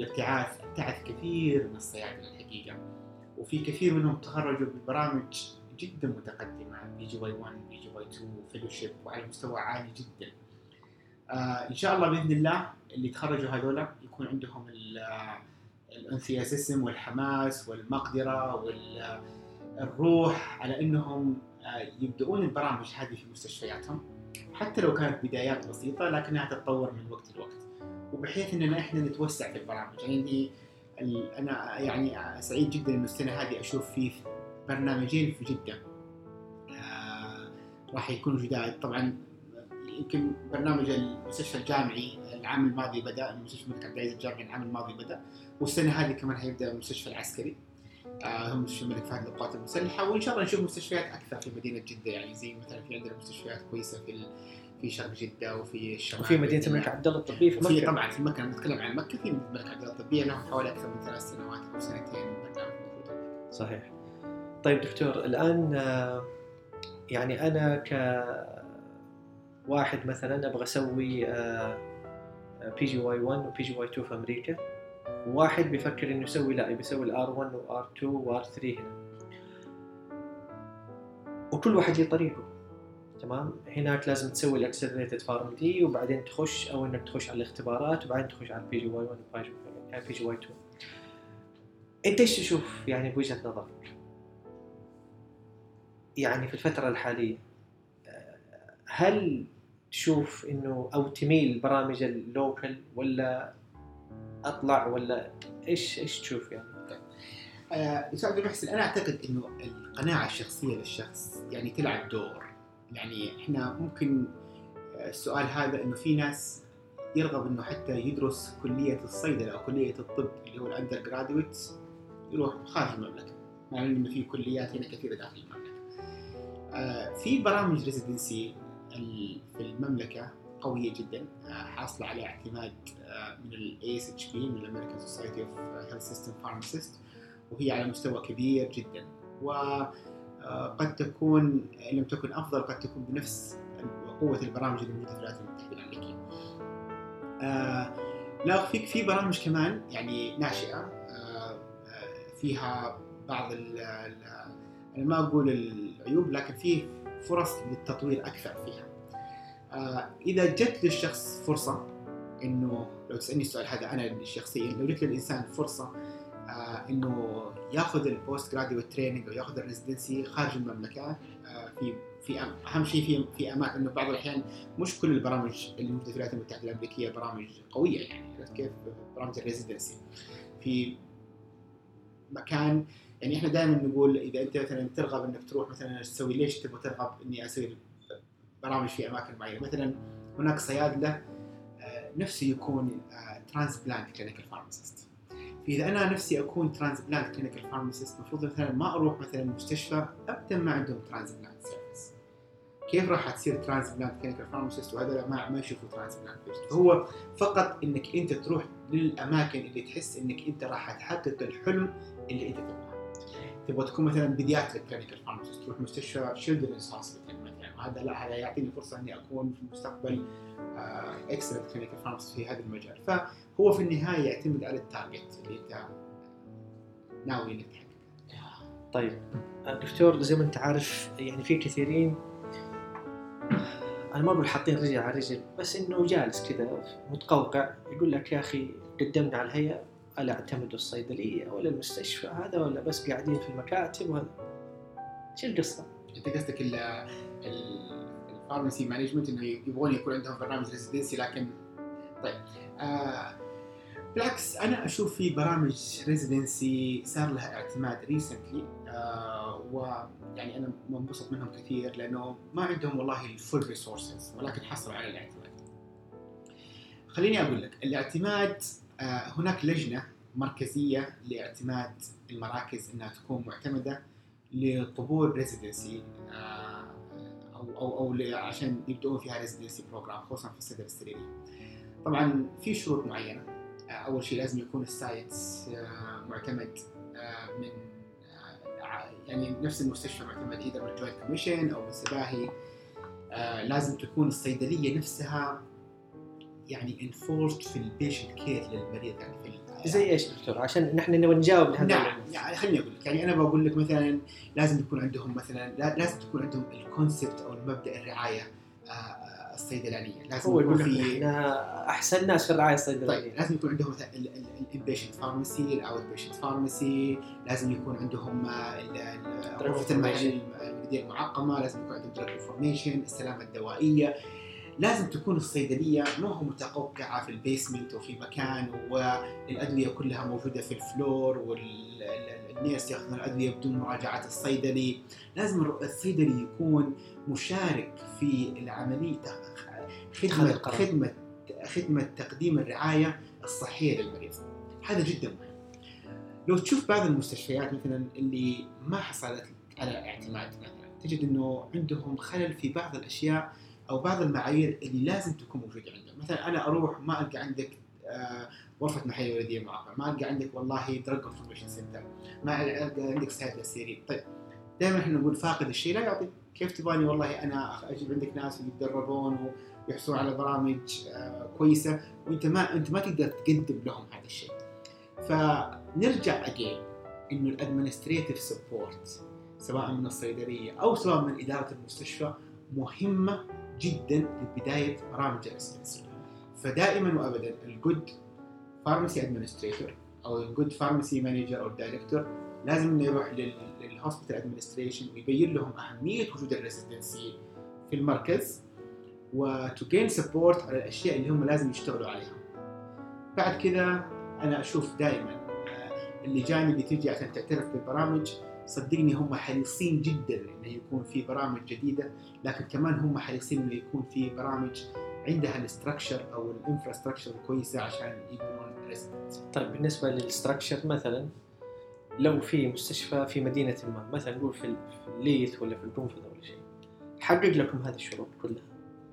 للابتعاث ابتعث كثير من الصيادلة الحقيقة، وفي كثير منهم تخرجوا ببرامج جدا متقدمة، بي جي واي واحد بي جي واي اثنين فيلوشيب وعلى مستوى عالي جدا. آه إن شاء الله بإذن الله اللي تخرجوا هذولا يكون عندهم الانثياسيسم والحماس والمقدرة والروح على إنهم آه يبدأون البرامج هذه في مستشفياتهم، حتى لو كانت بدايات بسيطة لكنها تتطور من وقت لوقت، وبحيث إننا إحنا نتوسع في البرامج. يعني أنا يعني سعيد جدا إنه السنة هذه أشوف فيه برنامجين في جدة آه راح يكونوا جداد. طبعا يمكن برنامج المستشفى الجامعي العام الماضي بدأ، المستشفى الملك عبد العزيز الجامعي العام الماضي بدأ، والسنة هذه كمان هيبدأ المستشفى العسكري آه هم مستشفى الملك فهد للقوات المسلحة، وإن شاء الله نشوف مستشفيات أكثر في مدينة جدة. يعني زي مثلا في عندنا مستشفيات كويسة في في شرق جدة وفي الشمال وفي مدينة الملك عبد الله الطبية في مكة. طبعا في مكة نتكلم عن مكة، في مدينة الملك عبد الله الطبية لهم حوالي أكثر من ثلاث سنوات أو سنتين برنامج موجود. صحيح. طيب دكتور، الآن يعني أنا كواحد مثلا أبغى أسوي بي جي واي واحد و بي جي واي اثنين في أمريكا، وواحد بيفكر إنه يسوي لا بيسوي الآر واحد وآر اثنين وآر ثلاثة هنا، وكل واحد له طريقه. تمام. هناك لازم تسوي الاكسلريتد فارم دي وبعدين تخش، او انك تخش على الاختبارات وبعدين تخش على البي جي واي واحد وبي جي واي اثنين. انت ايش تشوف يعني بوجهة نظرك يعني في الفترة الحالية؟ هل تشوف انه او تميل برامج اللوكال ولا اطلع ولا ايش ايش تشوف يعني؟ آه يساعد المحسن. انا اعتقد انه القناعة الشخصية للشخص يعني تلعب دور. يعني احنا ممكن السؤال هذا انه في ناس يرغب انه حتى يدرس كلية الصيدلة او كلية الطب اللي هو الاندر جرادويتس يروح خارج المملكة، مع انه في كليات هنا كثيرة داخل المملكة. آه في برامج ريزيدنسي في المملكة قوية جدا، آه حاصلة على اعتماد آه من ال إيه إس إتش بي، من الأمريكان سوسايتي أوف هيلث سيستم فارماسيست، وهي على مستوى كبير جدا، و قد تكون إن لم تكن أفضل قد تكون بنفس قوة البرامج اللي موجودة في الولايات المتحدة الأمريكية. آه لا فيك في برامج كمان يعني ناشئة آه فيها بعض أنا ما أقول العيوب لكن فيه فرص للتطوير أكثر فيها. آه إذا جت للشخص فرصة، إنه لو تسألني السؤال هذا أنا شخصيا، لو جت للإنسان فرصة آه إنه ياخذ البوست جراديويت تريننج أو ياخذ الريزيدنسي خارج المملكة، آه في في أهم شيء في في أماكن، إنه بعض الأحيان مش كل البرامج اللي موجودة في الولايات المتحدة الأمريكية برامج قوية. يعني كيف برامج الريزيدنسي في مكان، يعني إحنا دائما نقول إذا أنت مثلا ترغب إنك تروح مثلا تسوي، ليش تبغى ترغب إني أسوي برامج في أماكن معينة؟ مثلا هناك صيادلة آه نفسه يكون آه ترانسبلانت كلينيكال فارماسيست. فإذا أنا نفسي أكون ترانسبلانت كلينيكال فارماسيست مفروض مثلا ما أروح مثلا مستشفى أبدا ما عندهم ترانسبلانت سيرفيس. كيف راح تصير ترانسبلانت كلينيكال فارماسيست وهذا ما ما يشوفوا ترانسبلانت؟ هو فقط إنك أنت تروح للأماكن اللي تحس إنك أنت راح تحقق الحلم اللي أنت تبغاه. تبغى تكون مثلا بيدياتريك كلينيكال فارماسيست تروح مستشفى شيلدرنز هوسبيتال مثلا، وهذا لا هذا يعطيني فرصة إني أكون في المستقبل اكسلنت كلينيكال فارماسيست في هذا المجال. فهو في النهاية يعتمد على التارجت اللي أنت ناوي إنك تحققه. طيب دكتور، زي ما أنت عارف يعني في كثيرين أنا ما أقول حاطين رجل على رجل، بس إنه جالس كذا متقوقع يقول لك يا أخي قدمنا على الهيئة، ألا اعتمدوا الصيدلية ولا المستشفى هذا ولا بس قاعدين في المكاتب وهذا. شو القصة؟ أنت قصدك ال الفارماسي مانجمنت إنه يبغون يكون عندهم برنامج ريزيدنسي، لكن طيب آه بالعكس أنا أشوف في برامج ريزيدنسي صار لها اعتماد ريسنتلي، آه ويعني أنا منبسط منهم كثير لأنه ما عندهم والله الفول ريسورسز ولكن حصلوا على الاعتماد. خليني أقول لك الاعتماد، آه هناك لجنة مركزية لاعتماد المراكز إنها تكون معتمدة لقبول ريزيدنسي آه أو أو أو عشان يبدأون فيها ريزيدنسي بروجرام خصوصا في الصيدلة السريرية. طبعا في شروط معينة. أول شيء لازم يكون السايت معتمد من يعني نفس المستشفى معتمد إذا من جوينت كوميشن أو من سباهي. لازم تكون الصيدلية نفسها يعني enforced في البيشنت كير للمريض، يعني في زي ايش دكتور عشان نحن نبغى نجاوب لهذا؟ نعم يعني خليني اقول لك، يعني انا بقول لك مثلا لازم يكون عندهم مثلا لازم تكون عندهم الكونسبت او المبدا الرعايه الصيدلانيه. لازم هو يقول في احنا احسن ناس في الرعايه الصيدلانيه. طيب لازم يكون عندهم مثلا الانبيشنت فارماسي، الاوت بيشنت فارماسي، لازم يكون عندهم غرفه المعالجه المعقمه، لازم يكون عندهم دراج انفورميشن، السلامه الدوائيه. لازم تكون الصيدليه ما هو متقوقعه في البيسمنت وفي مكان والادويه كلها موجوده في الفلور والناس ياخذون الادويه بدون مراجعه الصيدلي. لازم الصيدلي يكون مشارك في العمليه، خدمه خدمه خدمه تقديم الرعايه الصحيه للمريض. هذا جدا مهم. لو تشوف بعض المستشفيات مثلا اللي ما حصلت على اعتماد مثلا، تجد انه عندهم خلل في بعض الاشياء او بعض المعايير اللي لازم تكون موجوده عندهم. مثلا انا اروح ما القى عندك آه غرفه محليه ولديه معقمه، ما القى عندك والله دراج انفورميشن سنتر، ما القى عندك صيدله سيرين. طيب دائما احنا نقول فاقد الشيء لا يعطي. كيف تباني والله انا اجيب عندك ناس يتدربون ويحصلون على برامج آه كويسه وانت ما انت ما تقدر تقدم لهم هذا الشيء. فنرجع اجين انه الادمنستريتيف سبورت سواء من الصيدليه او سواء من اداره المستشفى مهمه جدا لبدايه برامج الريسيدنسي. فدائما وابدا الجود فارماسي ادمنستريتور او الجود فارماسي مانجر او دايركتور لازم انه يروح للهوسبيتال ادمنستريشن ويبين لهم اهميه وجود الريسيدنسي في المركز وتو جين سبورت على الاشياء اللي هم لازم يشتغلوا عليها. بعد كذا انا اشوف دائما اللجان اللي تيجي عشان تعترف بالبرامج صدقني هم حريصين جدا انه يكون في برامج جديده، لكن كمان هم حريصين انه يكون في برامج عندها الاستراكشر او الانفراستراكشر كويسه عشان يكونون ريزيدنت. طيب بالنسبه للاستراكشر مثلا لو في مستشفى في مدينه ما مثلا نقول في الليث ولا في القنفذ ولا شيء حقق لكم هذه الشروط كلها،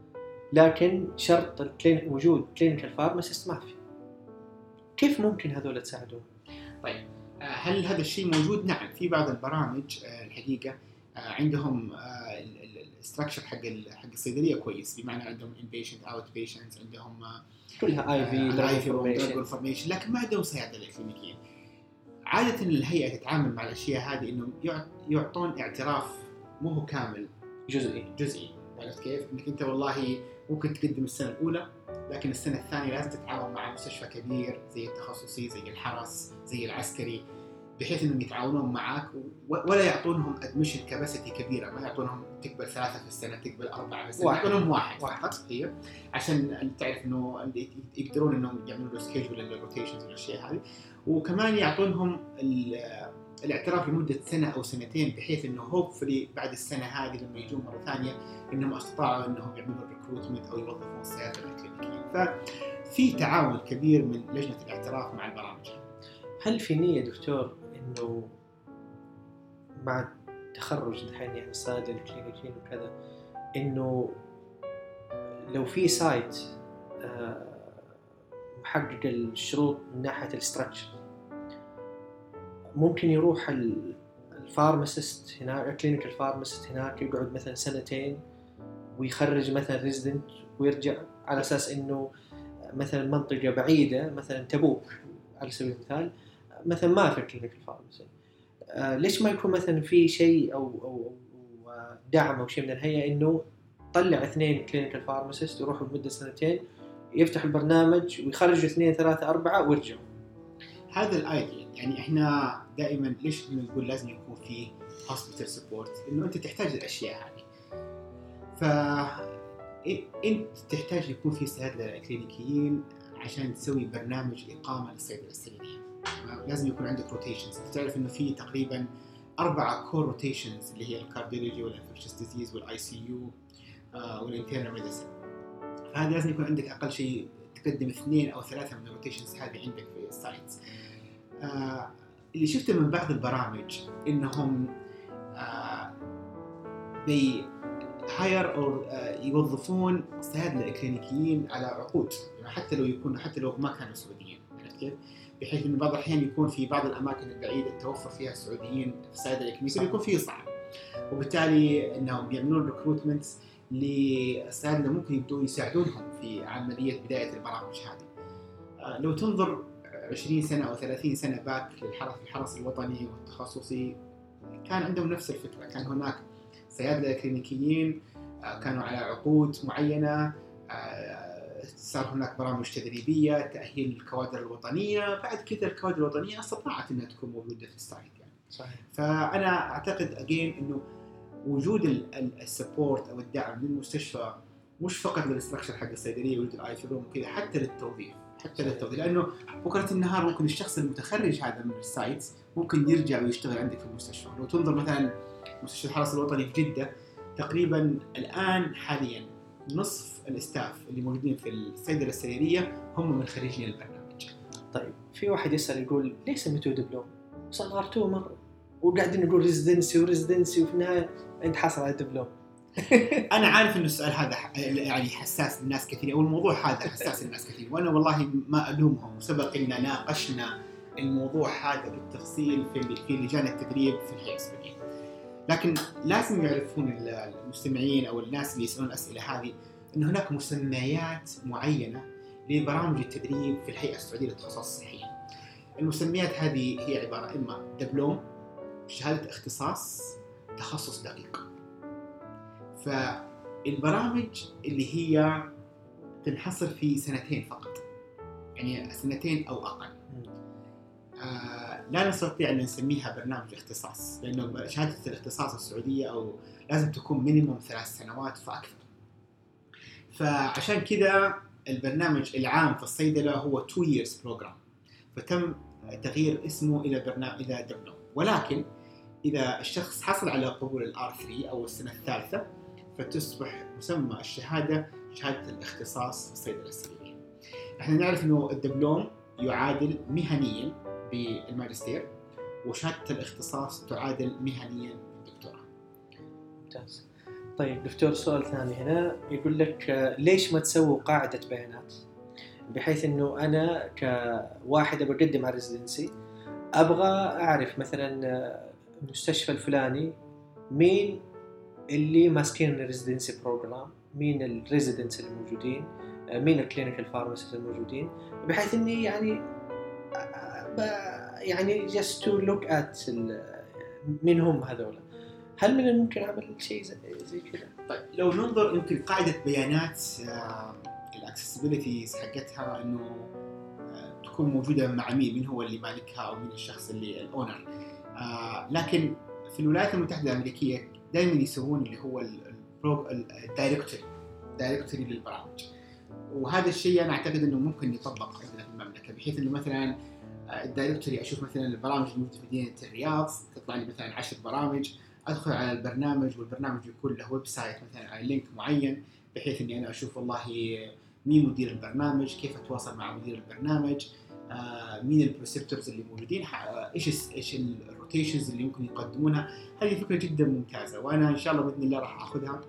لكن شرط الكلين وجود كلينيكال فارماسيست ما في، كيف ممكن هذول تساعدون؟ طيب هل هذا الشيء موجود؟ نعم، في بعض البرامج الحقيقه عندهم الاستراكشر حق حق الصيدليه كويس، بمعنى عندهم انبيشنت اوت بيشنتس، عندهم كلها اي في دراج انفورميشن، لكن ما عندهم صيادله كلينيكيين. عاده الهيئه تتعامل مع الاشياء هذه انهم يعطون اعتراف مو هو كامل، جزئي جزئي. عرفت كيف؟ انك انت والله ممكن تقدم السنه الاولى لكن السنه الثانيه لازم تتعاون مع مستشفى كبير زي التخصصي زي الحرس زي العسكري، بحيث انهم يتعاونون معك ولا يعطونهم ادميشن كاباسيتي كبيره، ما يعطونهم تقبل ثلاثه في السنه تقبل اربعه في السنه، يعطونهم واحد فقط هي عشان تعرف انه يقدرون انهم يعملوا له سكيجول للروتيشنز والاشياء هذه، وكمان يعطونهم الاعتراف لمده سنه او سنتين بحيث انه هوبفلي بعد السنه هذه لما يجون مره ثانيه انهم استطاعوا انهم يعملوا ريكروتمنت او يوظفون الصيادله الكلينيكيين. ففي تعاون كبير من لجنه الاعتراف مع البرامج. هل في نيه دكتور انه مع التخرج الحين يعني الصيادله الكلينيكيين وكذا انه لو في سايت محقق الشروط من ناحيه الاستراكشر ممكن يروح الفارماسيست هناك الكلينيكال فارماسيست هناك يقعد مثلا سنتين ويخرج مثلا ريزيدنت ويرجع، على اساس انه مثلا منطقه بعيده مثلا تبوك على سبيل المثال مثلا ما في الكلينيكال فارماسي، آه ليش ما يكون مثلا في شيء او او دعم او شيء من الهيئه انه طلع اثنين كلينيكال فارماسيست يروحوا لمده سنتين يفتح البرنامج ويخرجوا اثنين ثلاثه اربعه ويرجعوا. هذا الايديا. يعني احنا دائما ليش نقول لازم يكون في هوسبيتال سبورت؟ انه انت تحتاج الاشياء هذه، فانت تحتاج يكون في صيادله كلينيكيين عشان تسوي برنامج اقامه للصيدله السريريه. لازم يكون عندك روتيشنز. تعرف انه في تقريبا اربعه كور روتيشنز اللي هي الكارديولوجي والانفكشس ديزيز والاي سي يو والانترنال ميديسن. فهذا لازم يكون عندك اقل شيء تقدم اثنين او ثلاثه من الروتيشنز هذه عندك في السايتس. آه اللي شفته من بعض البرامج انهم آه بي هاير او آه يوظفون صيادله كلينيكيين على عقود، يعني حتى لو يكونوا حتى لو ما كانوا سعوديين، عرفت كيف؟ بحيث ان بعض الاحيان يكون في بعض الاماكن البعيده التوفر فيها السعوديين في صيادله كلينيكيين يكون فيه صعب، وبالتالي انهم يعملون ريكروتمنتس للصيادله ممكن يبدوا يساعدونهم في عمليه بدايه البرامج هذه. آه لو تنظر عشرين سنة أو ثلاثين سنة باك للحرس الحرس الوطني والتخصصي كان عندهم نفس الفكرة. كان هناك صيادلة كلينيكيين كانوا على عقود معينة، صار هناك برامج تدريبية تأهيل الكوادر الوطنية. بعد كذا الكوادر الوطنية استطاعت أنها تكون موجودة في السايت يعني. صحيح. فأنا أعتقد أجين إنه وجود السبورت أو الدعم للمستشفى مش فقط للاستراكشر حق الصيدلية وجود الآي في روم وكذا، حتى للتوظيف حتى للتوظيف لأنه بكرة النهار ممكن الشخص المتخرج هذا من السايت ممكن يرجع ويشتغل عندك في المستشفى. لو تنظر مثلا مستشفى الحرس الوطني في جدة تقريبا الآن حاليا نصف الاستاف اللي موجودين في الصيدلة السريرية هم من خريجين البرنامج. طيب في واحد يسأل يقول ليش سميتوه دبلوم؟ صغرتوه مرة وقاعدين نقول ريزيدنسي وريزيدنسي وفي النهاية انت حاصل على دبلوم. أنا عارف إنه السؤال هذا يعني حساس للناس كثير أو الموضوع هذا حساس للناس كثير، وأنا والله ما ألومهم، وسبق إننا ناقشنا الموضوع هذا بالتفصيل في في لجان التدريب في الهيئة السعودية. لكن لازم يعرفون المستمعين أو الناس اللي يسألون الأسئلة هذه إن هناك مسميات معينة لبرامج التدريب في الهيئة السعودية للتخصص الصحي. المسميات هذه هي عبارة إما دبلوم، شهادة اختصاص، تخصص دقيق. فالبرامج اللي هي تنحصر في سنتين فقط، يعني سنتين أو أقل، آه لا نستطيع أن نسميها برنامج اختصاص، لأنه شهادة الاختصاص السعودية أو لازم تكون مينيموم ثلاث سنوات فأكثر. فعشان كذا البرنامج العام في الصيدلة هو two years program، فتم تغيير اسمه إلى برنامج إلى دبلوم. ولكن إذا الشخص حصل على قبول الآر ثري أو السنة الثالثة فتصبح مسمى الشهادة شهادة الاختصاص في الصيدلة السريرية. نحن نعرف إنه الدبلوم يعادل مهنيا بالماجستير، وشهادة الاختصاص تعادل مهنيا بالدكتوراه. ممتاز. طيب دكتور، سؤال ثاني هنا يقول لك ليش ما تسووا قاعدة بيانات بحيث إنه أنا كواحد أبغى أقدم على ريزيدنسي أبغى أعرف مثلا المستشفى الفلاني مين اللي ماسكين الريزيدنسي بروجرام، مين الريزيدنتس الموجودين، مين الكلينيكال فارماسيست الموجودين، بحيث إني يعني يعني just to look at مين هم هذولا. هل من الممكن أعمل شيء زي كذا؟ طيب لو ننظر يمكن قاعدة بيانات الاكسسبيليتيز حقتها إنه تكون موجودة مع مين، مين هو اللي مالكها أو مين الشخص اللي الأونر. آه لكن في الولايات المتحدة الأمريكية دائما يسوون اللي هو الدايركتوري دايركتوري للبرامج، وهذا الشيء أنا أعتقد إنه ممكن يطبق عندنا في المملكة، بحيث إنه مثلا الدايركتوري أشوف مثلا البرامج الموجودة في مدينة الرياض تطلع لي مثلا عشر برامج، أدخل على البرنامج والبرنامج يكون له ويب سايت مثلا على لينك معين، بحيث إني أنا أشوف والله مين مدير البرنامج، كيف أتواصل مع مدير البرنامج، آه، مين البريسبتورز اللي موجودين، إيش إيش الروتيشنز اللي ممكن يقدمونها. هذه فكرة جدا ممتازة، وأنا إن شاء الله بإذن الله راح أخذها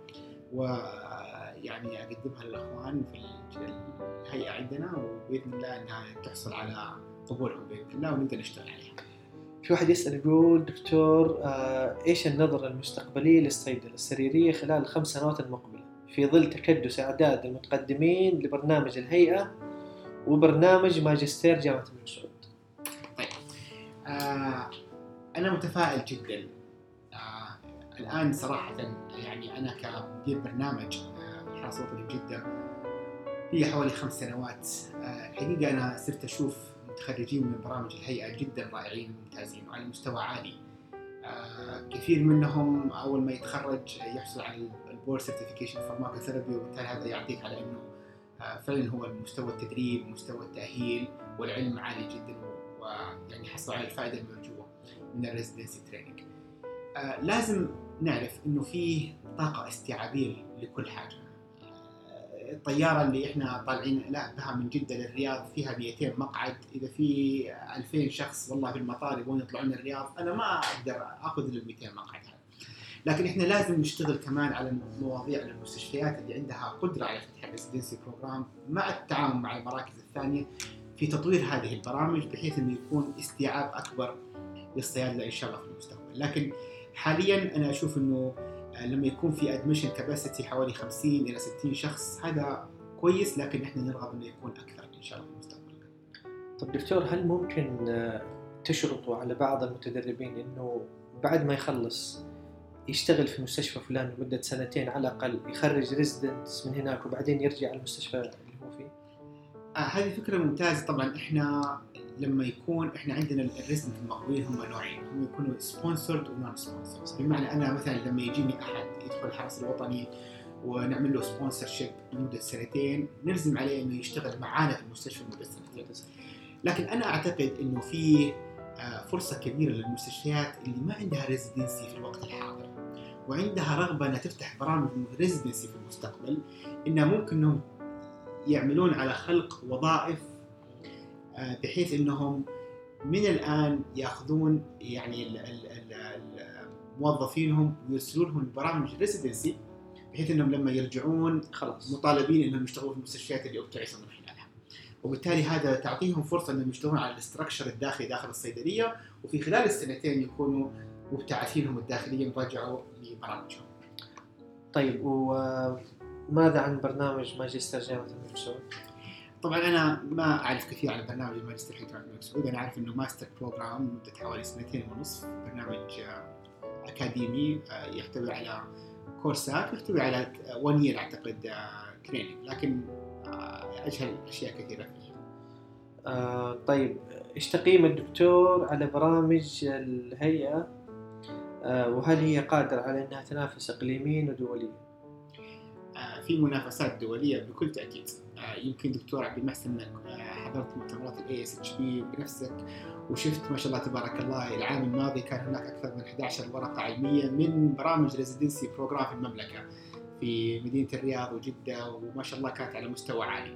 ويعني أقدمها للأخوان في الهيئة عندنا، وبإذن الله أنها تحصل على قبولهم بإذن الله ونقدر نشتغل عليها. في واحد يسأل يقول دكتور آه، إيش النظرة المستقبلية للصيدلة السريرية خلال الخمس سنوات المقبلة في ظل تكدس أعداد المتقدمين لبرنامج الهيئة وبرنامج ماجستير جامعة الملك سعود؟ طيب آه، أنا متفائل جدا. آه، الآن صراحة يعني أنا كمدير برنامج الحرس الوطني بجدة هي حوالي خمس سنوات، آه، حقيقة أنا صرت أشوف متخرجين من برامج الهيئة جدا رائعين وممتازين وعلى مستوى عالي. آه، كثير منهم أول ما يتخرج يحصل على البورد سيرتيفيكيشن فارماكوثيرابي، وبالتالي هذا يعطيك على إنه آه، فعلا هو مستوى التدريب ومستوى التأهيل والعلم عالي جدا، ويعني حصلوا على الفائدة المرجوة من الريزيدنسي تريننج. آه، لازم نعرف إنه فيه طاقة استيعابية لكل حاجة. الطيارة اللي إحنا طالعين لا بها من جدة للرياض فيها مئتين مقعد، إذا في ألفين شخص والله في المطار يبغون يطلعون الرياض أنا ما أقدر أخذ ال مئتين مقعد هذا. لكن إحنا لازم نشتغل كمان على مواضيع المستشفيات اللي عندها قدرة على فتح الريزيدنسي بروجرام مع التعاون مع المراكز الثانية في تطوير هذه البرامج، بحيث إنه يكون استيعاب أكبر للصيادلة إن شاء الله في المستقبل. لكن حاليا أنا أشوف إنه لما يكون في admission capacity حوالي خمسين إلى ستين شخص هذا كويس، لكن إحنا نرغب إنه يكون أكثر إن شاء الله في المستقبل. طب دكتور، هل ممكن تشرطوا على بعض المتدربين إنه بعد ما يخلص يشتغل في مستشفى فلان لمدة سنتين على الأقل، يخرج ريزيدنتس من هناك وبعدين يرجع المستشفى اللي هو فيه؟ آه هذه فكرة ممتازة. طبعا إحنا لما يكون إحنا عندنا الريزيدنت المقبولين هم نوعين، هم يكونوا سبونسرد ونون سبونسرد. بمعنى أنا مثلا لما يجيني أحد يدخل الحرس الوطني ونعمل له سبونسرشيب لمدة سنتين، نلزم عليه إنه يشتغل معانا في المستشفى لمدة سنتين. لكن أنا أعتقد إنه في فرصة كبيرة للمستشفيات اللي ما عندها ريزيدنسي في الوقت الحاضر وعندها رغبة أنها تفتح برامج ريزيدنسي في المستقبل، إنها ممكن إنهم يعملون على خلق وظائف بحيث إنهم من الآن يأخذون يعني موظفينهم ويرسلونهم لبرامج ريزيدنسي، بحيث إنهم لما يرجعون خلاص مطالبين إنهم يشتغلوا في المستشفيات اللي ابتعثوا من خلالها، وبالتالي هذا تعطيهم فرصة إنهم يشتغلون على الاستراكشر الداخلي داخل الصيدلية، وفي خلال السنتين يكونوا مبتعثينهم الداخليين رجعوا لبرامجهم. طيب، وماذا عن برنامج ماجستير جامعة الملك سعود؟ طبعا أنا ما أعرف كثير عن برنامج الماجستير في جامعة الملك سعود. أنا أعرف إنه ماستر بروجرام مدة حوالي سنتين ونصف، برنامج أكاديمي يحتوي على كورسات ويحتوي على one year أعتقد تريننج، لكن أجهل أشياء كثيرة فيه. آه طيب، إيش تقييم الدكتور على برامج الهيئة، آه وهل هي قادرة على أنها تنافس إقليميا ودوليا؟ آه في منافسات دولية بكل تأكيد. آه يمكن دكتور عبد المحسن آه حضرت مؤتمرات ال إيه إس إتش بي بنفسك وشفت ما شاء الله تبارك الله العام الماضي كان هناك أكثر من إحدى عشرة ورقة علمية من برامج ريزيدنسي بروجرام في المملكة في مدينة الرياض وجدة، وما شاء الله كانت على مستوى عالي.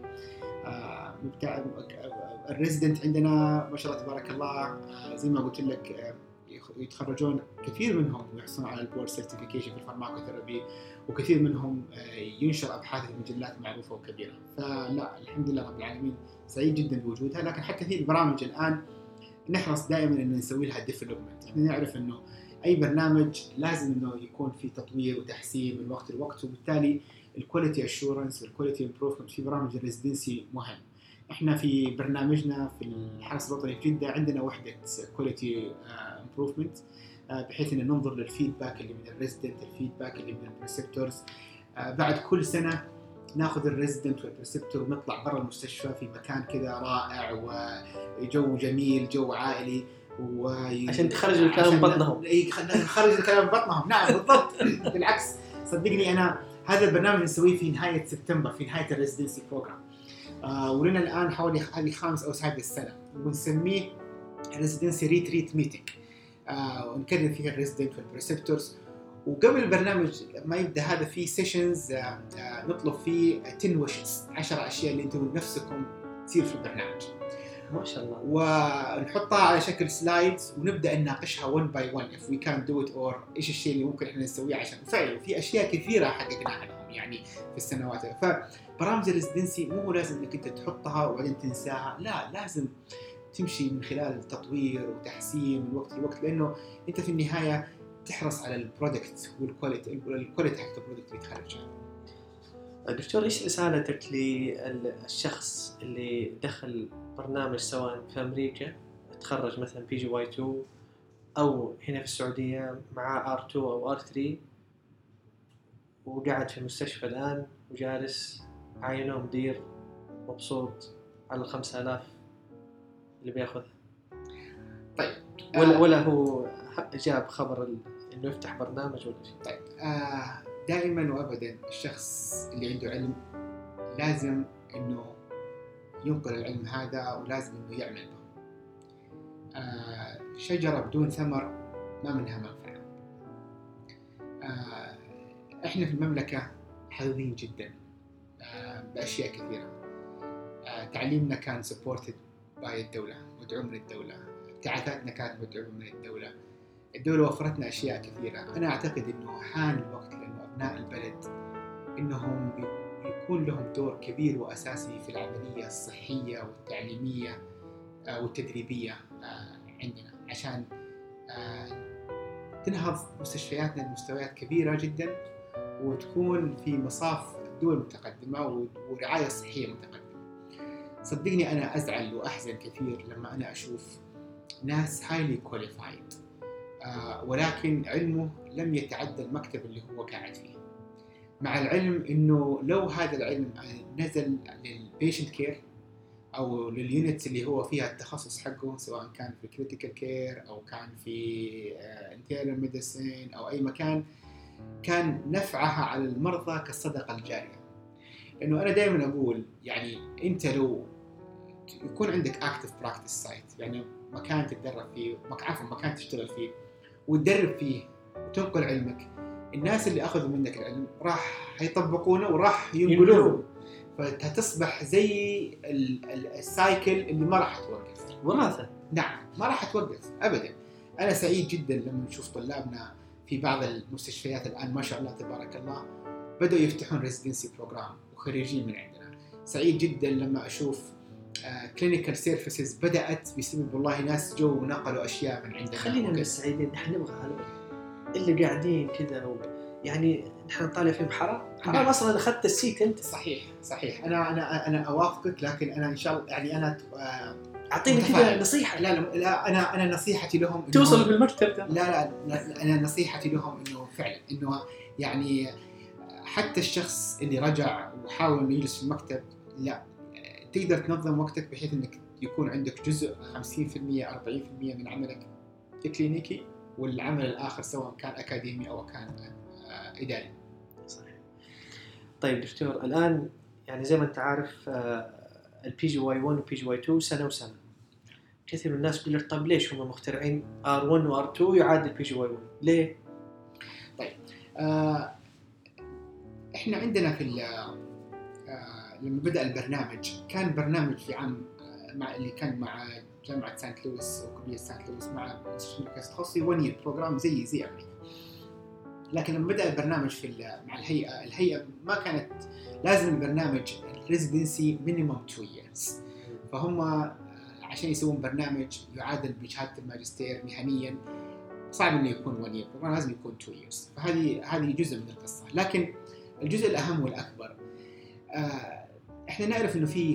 آه مبتع... الريزيدنت عندنا ما شاء الله تبارك الله آه زي ما قلت لك آه يتخرجون كثير منهم ويحصلون على البورد سيرتيفيكيشن في الفارماكوثيرابي، وكثير منهم آه ينشر أبحاث في مجلات معروفة وكبيرة. فلا الحمد لله رب العالمين سعيد جدا بوجودها. لكن حتى في البرامج الآن نحرص دائما إنه نسوي لها ديفلوبمنت. إحنا نعرف إنه أي برنامج لازم إنه يكون في تطوير وتحسين من وقت لوقت، وبالتالي الكواليتي أشورنس والكواليتي إمبروفمنت في برامج الريزيدنسي مهم. إحنا في برنامجنا في الحرس الوطني في جدة عندنا وحدة كواليتي إمبروفمنت بحيث إن ننظر للفيدباك اللي من الريزيدنت، الفيدباك اللي من البريسبتورز. بعد كل سنة ناخذ الريزيدنت والبريسبتور ونطلع برا المستشفى في مكان كذا رائع وجو جميل، جو عائلي، و... عشان تخرجوا الكلام بطنهم. اي نخرج الكلام بطنهم. نعم بالضبط. بالعكس صدقني أنا هذا البرنامج نسويه في نهاية سبتمبر في نهاية الريزيدنسي بروجرام، آه ولنا الآن حوالي هذه خامس أو سادس السنة، ونسميه ريزيدنسي ريتريت ميتينج، آه ونكرر فيها الريزيدنت والبريسبتورز. وقبل البرنامج ما يبدأ هذا في سيشنز آه آه نطلب فيه عشرة ويشز، عشرة أشياء اللي أنتم نفسكم تصير في البرنامج ما شاء الله، ونحطها على شكل سلايدز ونبدأ نناقشها one by one if we can do it or إيش الشيء اللي ممكن إحنا نسويه عشان فعلا في أشياء كثيرة حققناها لهم يعني في السنوات. فبرامج الريزيدنسي مو لازم إنك أنت تحطها وبعدين تنساها، لا لازم تمشي من خلال تطوير وتحسين من وقت لوقت، لأنه أنت في النهاية تحرص على البرودكت والكواليتي الكواليتي حق البرودكت اللي تخرجه. دكتور، إيش رسالتك للشخص اللي دخل برنامج سواء في أمريكا تخرج مثلا بي جي واي اثنين أو هنا في السعودية مع آر اثنين أو آر ثلاثة وقاعد في المستشفى الآن وجالس عينه مدير مبسوط على الخمسة آلاف اللي بياخذها؟ طيب ولا, ولا هو جاب خبر إنه يفتح برنامج ولا شيء؟ طيب آه دائما وأبدا الشخص اللي عنده علم لازم إنه ينقل العلم هذا ولازم إنه يعمل به. آه شجرة بدون ثمر ما منها منفعة. آه إحنا في المملكة حظوظين جدا آه بأشياء كثيرة. آه تعليمنا كان supported by الدولة، مدعوم من الدولة، ابتعاثاتنا كانت مدعومة من الدولة، الدولة وفرتنا أشياء كثيرة. أنا أعتقد إنه حان الوقت لأنه أبناء البلد إنهم يكون لهم دور كبير وأساسي في العملية الصحية والتعليمية والتدريبية عندنا، عشان تنهض مستشفياتنا لمستويات كبيرة جدا وتكون في مصاف الدول المتقدمة ورعاية صحية متقدمة. صدقني أنا أزعل وأحزن كثير لما أنا أشوف ناس highly qualified آه ولكن علمه لم يتعدى المكتب اللي هو قاعد فيه، مع العلم إنه لو هذا العلم نزل للبيشنت كير أو لليونت اللي هو فيها التخصص حقه، سواء كان في critical care أو كان في آه internal medicine أو أي مكان، كان نفعها على المرضى كالصدقة الجارية. لأنه أنا دائما أقول يعني أنت لو يكون عندك active practice site، يعني مكان تتدرب فيه، عفوا مكان تشتغل فيه وتدرب فيه وتنقل علمك، الناس اللي أخذوا منك العلم راح يطبقونه وراح ينقلونه، فهتصبح زي السايكل اللي ما راح توقف. وراثة. نعم ما راح توقف أبدا. أنا سعيد جدا لما نشوف طلابنا في بعض المستشفيات الآن ما شاء الله تبارك الله بدأوا يفتحون ريزيدنسي بروجرام وخريجين من عندنا. سعيد جدا لما أشوف كلينيكال سيرفيسز بدأت بسبب والله ناس جو ونقلوا أشياء من عندنا. خلينا من السعيدين، نحن نبغى اللي قاعدين كذا يعني نحن نطالع فيهم حرام حرام. نعم. أصلا أخذت السيت أنت. صحيح صحيح. أنا أنا أنا أوافقك، لكن أنا إن شاء الله يعني أنا أعطيني كذا نصيحة. لا لا أنا أنا نصيحتي لهم توصل بالمكتب. لا, لا لا أنا نصيحتي لهم إنه فعلا إنه يعني حتى الشخص اللي رجع وحاول إنه يجلس في المكتب، لا تقدر تنظم وقتك بحيث إنك يكون عندك جزء خمسين بالمئة أربعين بالمئة من عملك كلينيكي، والعمل الآخر سواء كان أكاديمي أو كان إداري. صحيح. طيب دكتور، الآن يعني زي ما أنت عارف البي جي واي واحد وبي جي واي اثنين سنة وسنة. كثير من الناس يقول لك طيب ليش هم مخترعين آر واحد و آر اثنين يعادل بي جي واي واحد؟ ليه؟ طيب آه إحنا عندنا في آه لما بدأ البرنامج كان برنامج في عام مع اللي كان مع جامعة سانت لويس وكلية سانت لويس مع مستشفى مركز تخصصي ون يير بروجرام زي زي أمريكا. لكن لما بدأ البرنامج في مع الهيئة الهيئة ما كانت لازم البرنامج ريزيدنسي مينيمم تو ييرز، فهم عشان يسوون برنامج يعادل بشهادة الماجستير مهنيا صعب إنه يكون ون يير، لازم يكون تو ييرز. فهذه هذه جزء من القصة. لكن الجزء الأهم والأكبر آه إحنا نعرف إنه في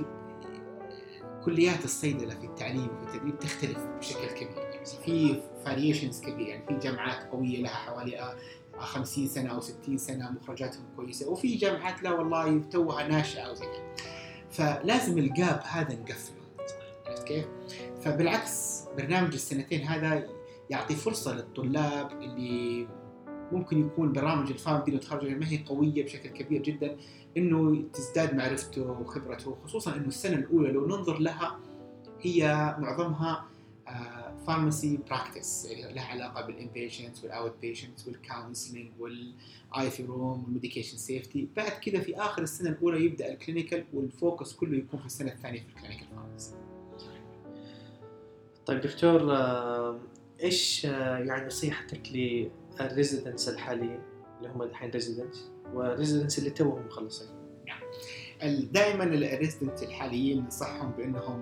كليات الصيدلة في التعليم وفي التدريب تختلف بشكل كبير، يعني في فاريشنز كبير. يعني في جامعات قوية لها حوالي خمسين سنة أو ستين سنة مخرجاتهم كويسة، وفي جامعات لا والله توها ناشئة أو زي كذا. فلازم الجاب هذا نقفله، كيف؟ فبالعكس برنامج السنتين هذا يعطي فرصة للطلاب اللي ممكن يكون برامج الفارم دي وتخرج ما هي قوية بشكل كبير جدا إنه تزداد معرفته وخبرته، خصوصا إنه السنة الأولى لو ننظر لها هي معظمها فارماسي براكتس، يعني لها علاقة بالانبيشنتس والاوت بيشنتس والكونسلنج والاي في روم والميديكيشن سيفتي. بعد كذا في آخر السنة الأولى يبدأ الكلينيكال والفوكس كله يكون في السنة الثانية في الكلينيكال فارماسي. طيب دكتور، إيش يعني نصيحتك للريزيدنس الحاليين اللي هم الحين ريزيدنس والريزيدنس اللي توهم مخلصين؟ نعم. دائما الريزيدنس الحاليين ننصحهم بأنهم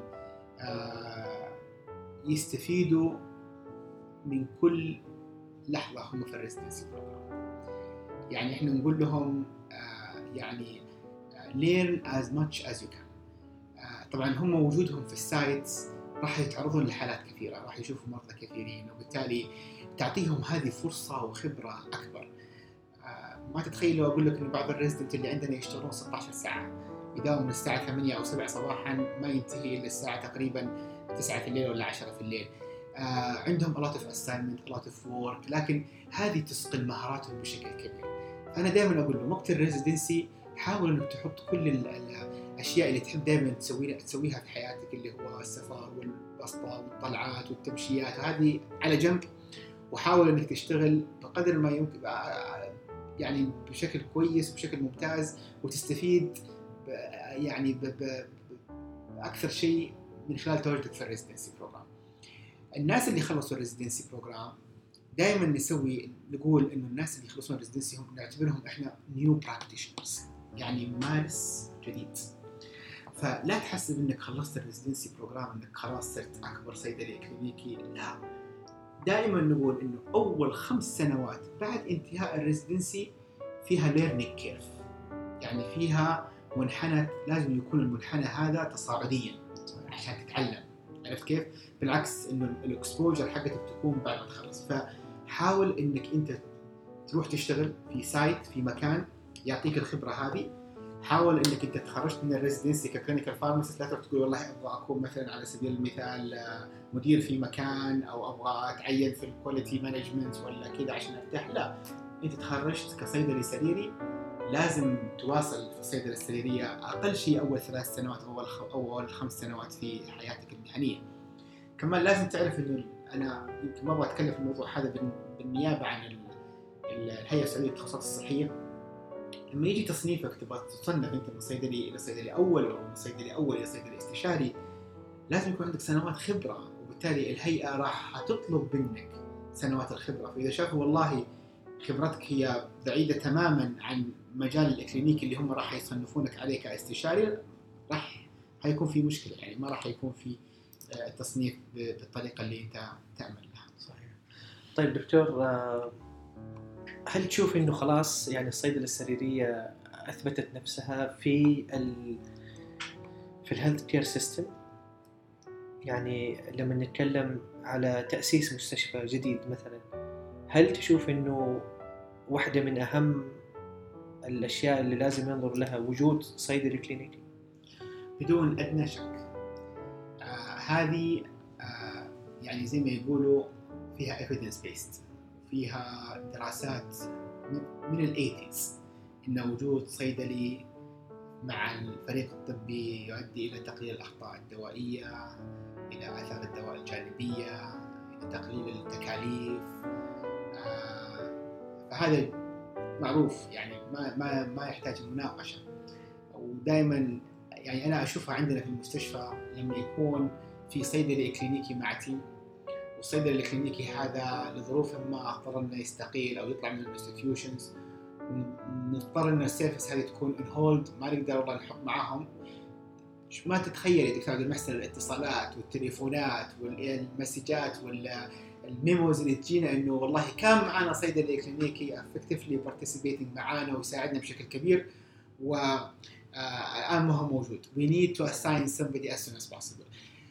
يستفيدوا من كل لحظة هم في الريزيدنسي بروجرام. يعني إحنا نقول لهم يعني learn as much as you can. طبعا هم وجودهم في السايتس راح يتعرضون لحالات كثيرة، راح يشوفوا مرضى كثيرين، وبالتالي تعطيهم هذه فرصة وخبرة أكبر. ما تتخيلوا أقول لك إن بعض الريزيدنت اللي عندنا يشتغلون ستة عشر ساعة، يداوموا من الساعة ثمانية أو سبعة صباحا ما ينتهي إلا الساعة تقريبا تسعة في الليل ولا عشرة في الليل. آه عندهم a lot of assignment, a lot of work، لكن هذه تسقل مهاراتهم بشكل كبير. أنا دائما أقول له وقت الريزيدنسي حاول إنك تحط كل الأشياء اللي تحب دائما تسويها تسويها في حياتك، اللي هو السفر والبسطة والطلعات والتمشيات، هذه على جنب، وحاول إنك تشتغل بقدر ما يمكن يعني بشكل كويس وبشكل ممتاز، وتستفيد يعني بأكثر شيء من خلال تواجدك في الريزيدنسي بروجرام. الناس اللي خلصوا الريزيدنسي بروجرام دائما نسوي نقول إنه الناس اللي يخلصون الريزيدنسي هم نعتبرهم إحنا نيو براكتيشنرز، يعني ممارس جديد. فلا تحسب إنك خلصت الريزيدنسي بروجرام إنك خلاص صرت أكبر صيدلي كلينيكي، لا. دائما نقول إنه أول خمس سنوات بعد انتهاء الريزيدنسي فيها ليرنينج كيرف، يعني فيها منحنى لازم يكون المنحنى هذا تصاعديا عشان تتعلم. عرفت كيف؟ بالعكس انه الاكسبوجر حقتك تكون بعد ما تخلص. فحاول انك انت تروح تشتغل في سايت في مكان يعطيك الخبره هذه. حاول انك انت تخرجت من الريزيدنسي ككلينيكال فارماسيست، لا تروح تقول والله ابغى اكون مثلا على سبيل المثال مدير في مكان او ابغى اتعين في الكواليتي مانجمنت ولا كذا عشان ارتاح. لا، انت تخرجت كصيدلي سريري، لازم تواصل في الصيدله السريريه اقل شيء اول ثلاث سنوات او اول اول خمس سنوات في حياتك المهنيه. كمان لازم تعرف انه انا يمكن ما ابغى اتكلم في الموضوع هذا بالنيابه عن الهيئه السعوديه للتخصصات الصحيه. لما يجي تصنيفك تبغى تصنف انت من صيدلي الى صيدلي اول او من صيدلي اول الى صيدلي استشاري، لازم يكون عندك سنوات خبره، وبالتالي الهيئه راح تطلب منك سنوات الخبره. فاذا شافوا والله خبرتك هي بعيده تماما عن مجال الاكلينيكي اللي هم راح يصنفونك عليه كاستشاري، راح حيكون في مشكله، يعني ما راح يكون في التصنيف بالطريقه اللي انت تامل لها. صحيح. طيب دكتور، هل تشوف انه خلاص يعني الصيدله السريريه اثبتت نفسها في ال في الهيلث كير سيستم؟ يعني لما نتكلم على تاسيس مستشفى جديد مثلا، هل تشوف انه واحده من اهم الاشياء اللي لازم ينظر لها وجود صيدلي كلينيكي؟ بدون ادنى شك. آه هذه آه يعني زي ما يقولوا فيها evidence based، فيها دراسات من الثمانينات إن وجود صيدلي مع الفريق الطبي يؤدي إلى تقليل الأخطاء الدوائية، إلى آثار الدواء الجانبية، إلى تقليل التكاليف. آه فهذا معروف، يعني ما ما ما يحتاج مناقشة. ودائما يعني أنا أشوفها عندنا في المستشفى لما يكون في صيدلي كلينيكي مع تيم، والصيدلي الكلينيكي هذا لظروف ما اضطر انه يستقيل او يطلع من الانستتيوشنز، نضطر ان السيرفيس هذه تكون ان هولد، ما نقدر والله نحط معاهم. ما تتخيل يا دكتور عبد المحسن الاتصالات والتليفونات والمسجات والميموز اللي تجينا انه والله كان معنا صيدلي كلينيكي افكتفلي بارتيسيبيتنج معانا ويساعدنا بشكل كبير، والان ما هو موجود. we need to assign somebody as soon as possible.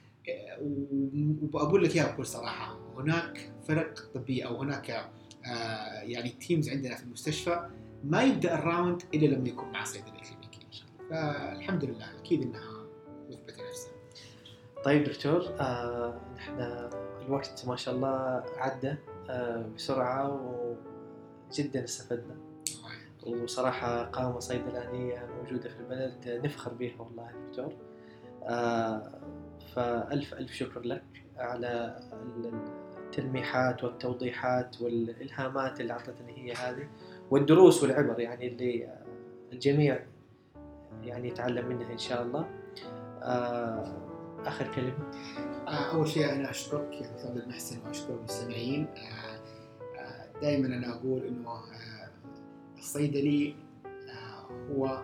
وأقول لك يا بكل صراحة، هناك فرق طبية أو هناك آه يعني تيمز عندنا في المستشفى ما يبدأ الراوند إلا لما يكون مع صيدلي كلينيكي. فالحمد لله أكيد إنها مثبتة نفسها. طيب دكتور، آه نحن الوقت ما شاء الله عدى آه بسرعة وجدا استفدنا، وصراحة قامة صيدلانية موجودة في البلد نفخر بها والله دكتور. آه فألف ألف شكر لك على التلميحات والتوضيحات والإلهامات اللي أعطتني هي هذه، والدروس والعبر يعني اللي الجميع يعني يتعلم منها إن شاء الله. آخر كلمة. أول شيء أنا أشكرك يا دكتور عبد المحسن وأشكر المستمعين. دائما أنا أقول إنه الصيدلي هو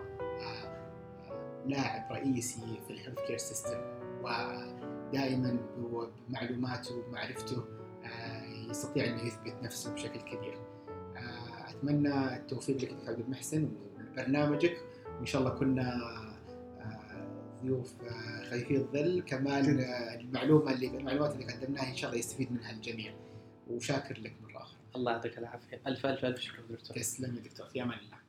لاعب رئيسي في الهيلث كير سيستم، ودائما بمعلوماته ومعرفته يستطيع أن يثبت نفسه بشكل كبير. أتمنى التوفيق لك دكتور عبد المحسن وبرنامجك، وإن شاء الله كنا ضيوف خفيف الظل. كمان المعلومة اللي المعلومات اللي قدمناها إن شاء الله يستفيد منها الجميع، وشاكر لك مرة أخرى. الله يعطيك العافية. ألف ألف ألف شكر دكتور. تسلم يا دكتور، في أمان الله.